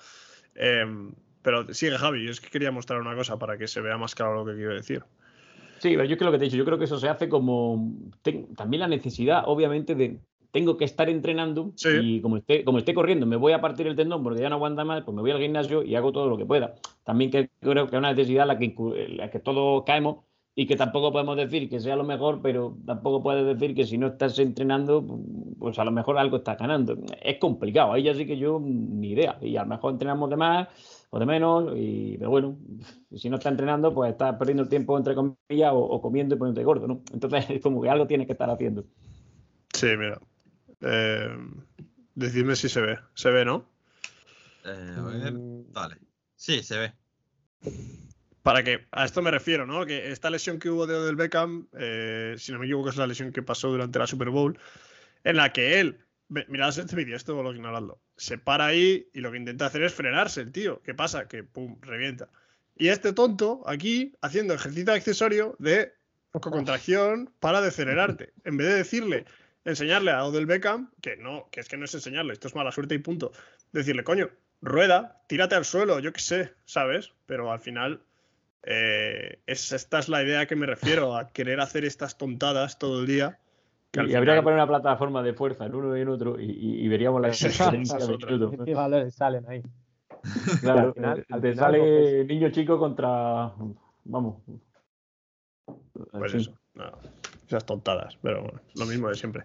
Pero sigue, Javi, yo es que quería mostrar una cosa para que se vea más claro lo que quiero decir. Sí, pero yo creo que te he dicho, yo creo que eso se hace como... también la necesidad, obviamente, de... Tengo que estar entrenando y como esté corriendo, me voy a partir el tendón porque ya no aguanta más, pues me voy al gimnasio y hago todo lo que pueda. También creo que es una necesidad en la que todos caemos y que tampoco podemos decir que sea lo mejor, pero tampoco puedes decir que si no estás entrenando, pues a lo mejor algo estás ganando. Es complicado, ahí ya sí que yo ni idea. Y a lo mejor entrenamos de más o de menos, pero bueno, si no estás entrenando, pues estás perdiendo el tiempo, entre comillas, o comiendo y poniéndote gordo, ¿no? Entonces es como que algo tienes que estar haciendo. Sí, mira. Decidme si se ve. ¿Se ve, no? A ver, dale. Sí, se ve. Para que a esto me refiero, ¿no? Que esta lesión que hubo de Odell Beckham, si no me equivoco, es la lesión que pasó durante la Super Bowl, en la que él, mirad este vídeo, esto lo ignoradlo, se para ahí y lo que intenta hacer es frenarse el tío. ¿Qué pasa? Que pum, revienta. Y este tonto aquí haciendo ejercicio accesorio de con contracción para decelerarte. En vez de decirle, enseñarle a Odell Beckham, que es que no es enseñarle, esto es mala suerte y punto. Decirle, coño, rueda, tírate al suelo, yo qué sé, ¿sabes? Pero al final, esta es la idea a que me refiero, a querer hacer estas tontadas todo el día. Y habría que poner una plataforma de fuerza en uno y en otro y veríamos la diferencia de minutos. ¿Qué valores salen ahí? Claro, al te final, sale pues, niño chico contra... Vamos. Pues sí. eso, nada, esas tontadas, pero bueno, lo mismo de siempre.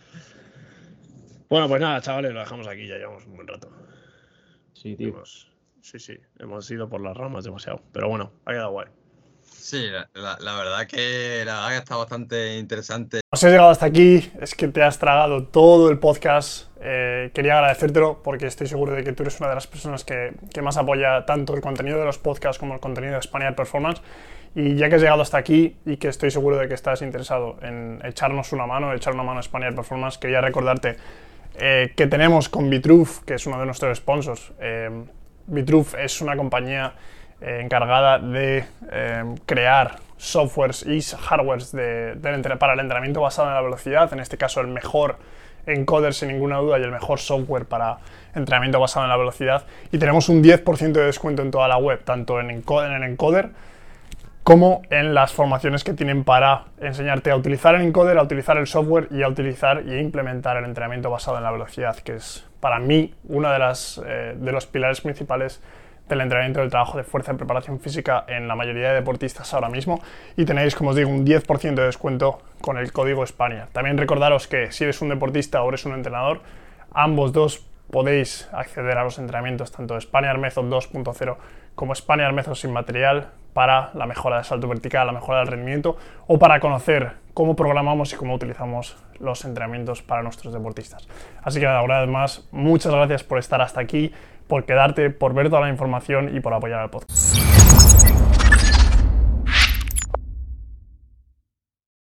Bueno, pues nada, chavales, lo dejamos aquí, ya llevamos un buen rato. Sí, tío. Hemos ido por las ramas demasiado, pero bueno, ha quedado guay. Sí, la verdad que está bastante interesante. Si has llegado hasta aquí, es que te has tragado todo el podcast. Quería agradecértelo porque estoy seguro de que tú eres una de las personas que más apoya tanto el contenido de los podcasts como el contenido de Spaniard Performance. Y ya que has llegado hasta aquí y que estoy seguro de que estás interesado en echarnos una mano, echar una mano a Spaniard Performance, quería recordarte que tenemos con Vitruve, que es uno de nuestros sponsors. Vitruve es una compañía encargada de crear softwares y hardwares para el entrenamiento basado en la velocidad, en este caso el mejor encoder sin ninguna duda y el mejor software para entrenamiento basado en la velocidad, y tenemos un 10% de descuento en toda la web, tanto en el encoder como en las formaciones que tienen para enseñarte a utilizar el encoder, a utilizar el software y a utilizar y implementar el entrenamiento basado en la velocidad, que es para mí uno de los pilares principales del entrenamiento del trabajo de fuerza y preparación física en la mayoría de deportistas ahora mismo, y tenéis, como os digo, un 10% de descuento con el código Spaniard. También recordaros que si eres un deportista o eres un entrenador, ambos dos podéis acceder a los entrenamientos tanto de Spaniard Method 2.0 como Spaniard Method sin material para la mejora de salto vertical, la mejora del rendimiento o para conocer cómo programamos y cómo utilizamos los entrenamientos para nuestros deportistas. Así que nada, una vez más, muchas gracias por estar hasta aquí, por quedarte, por ver toda la información y por apoyar el podcast.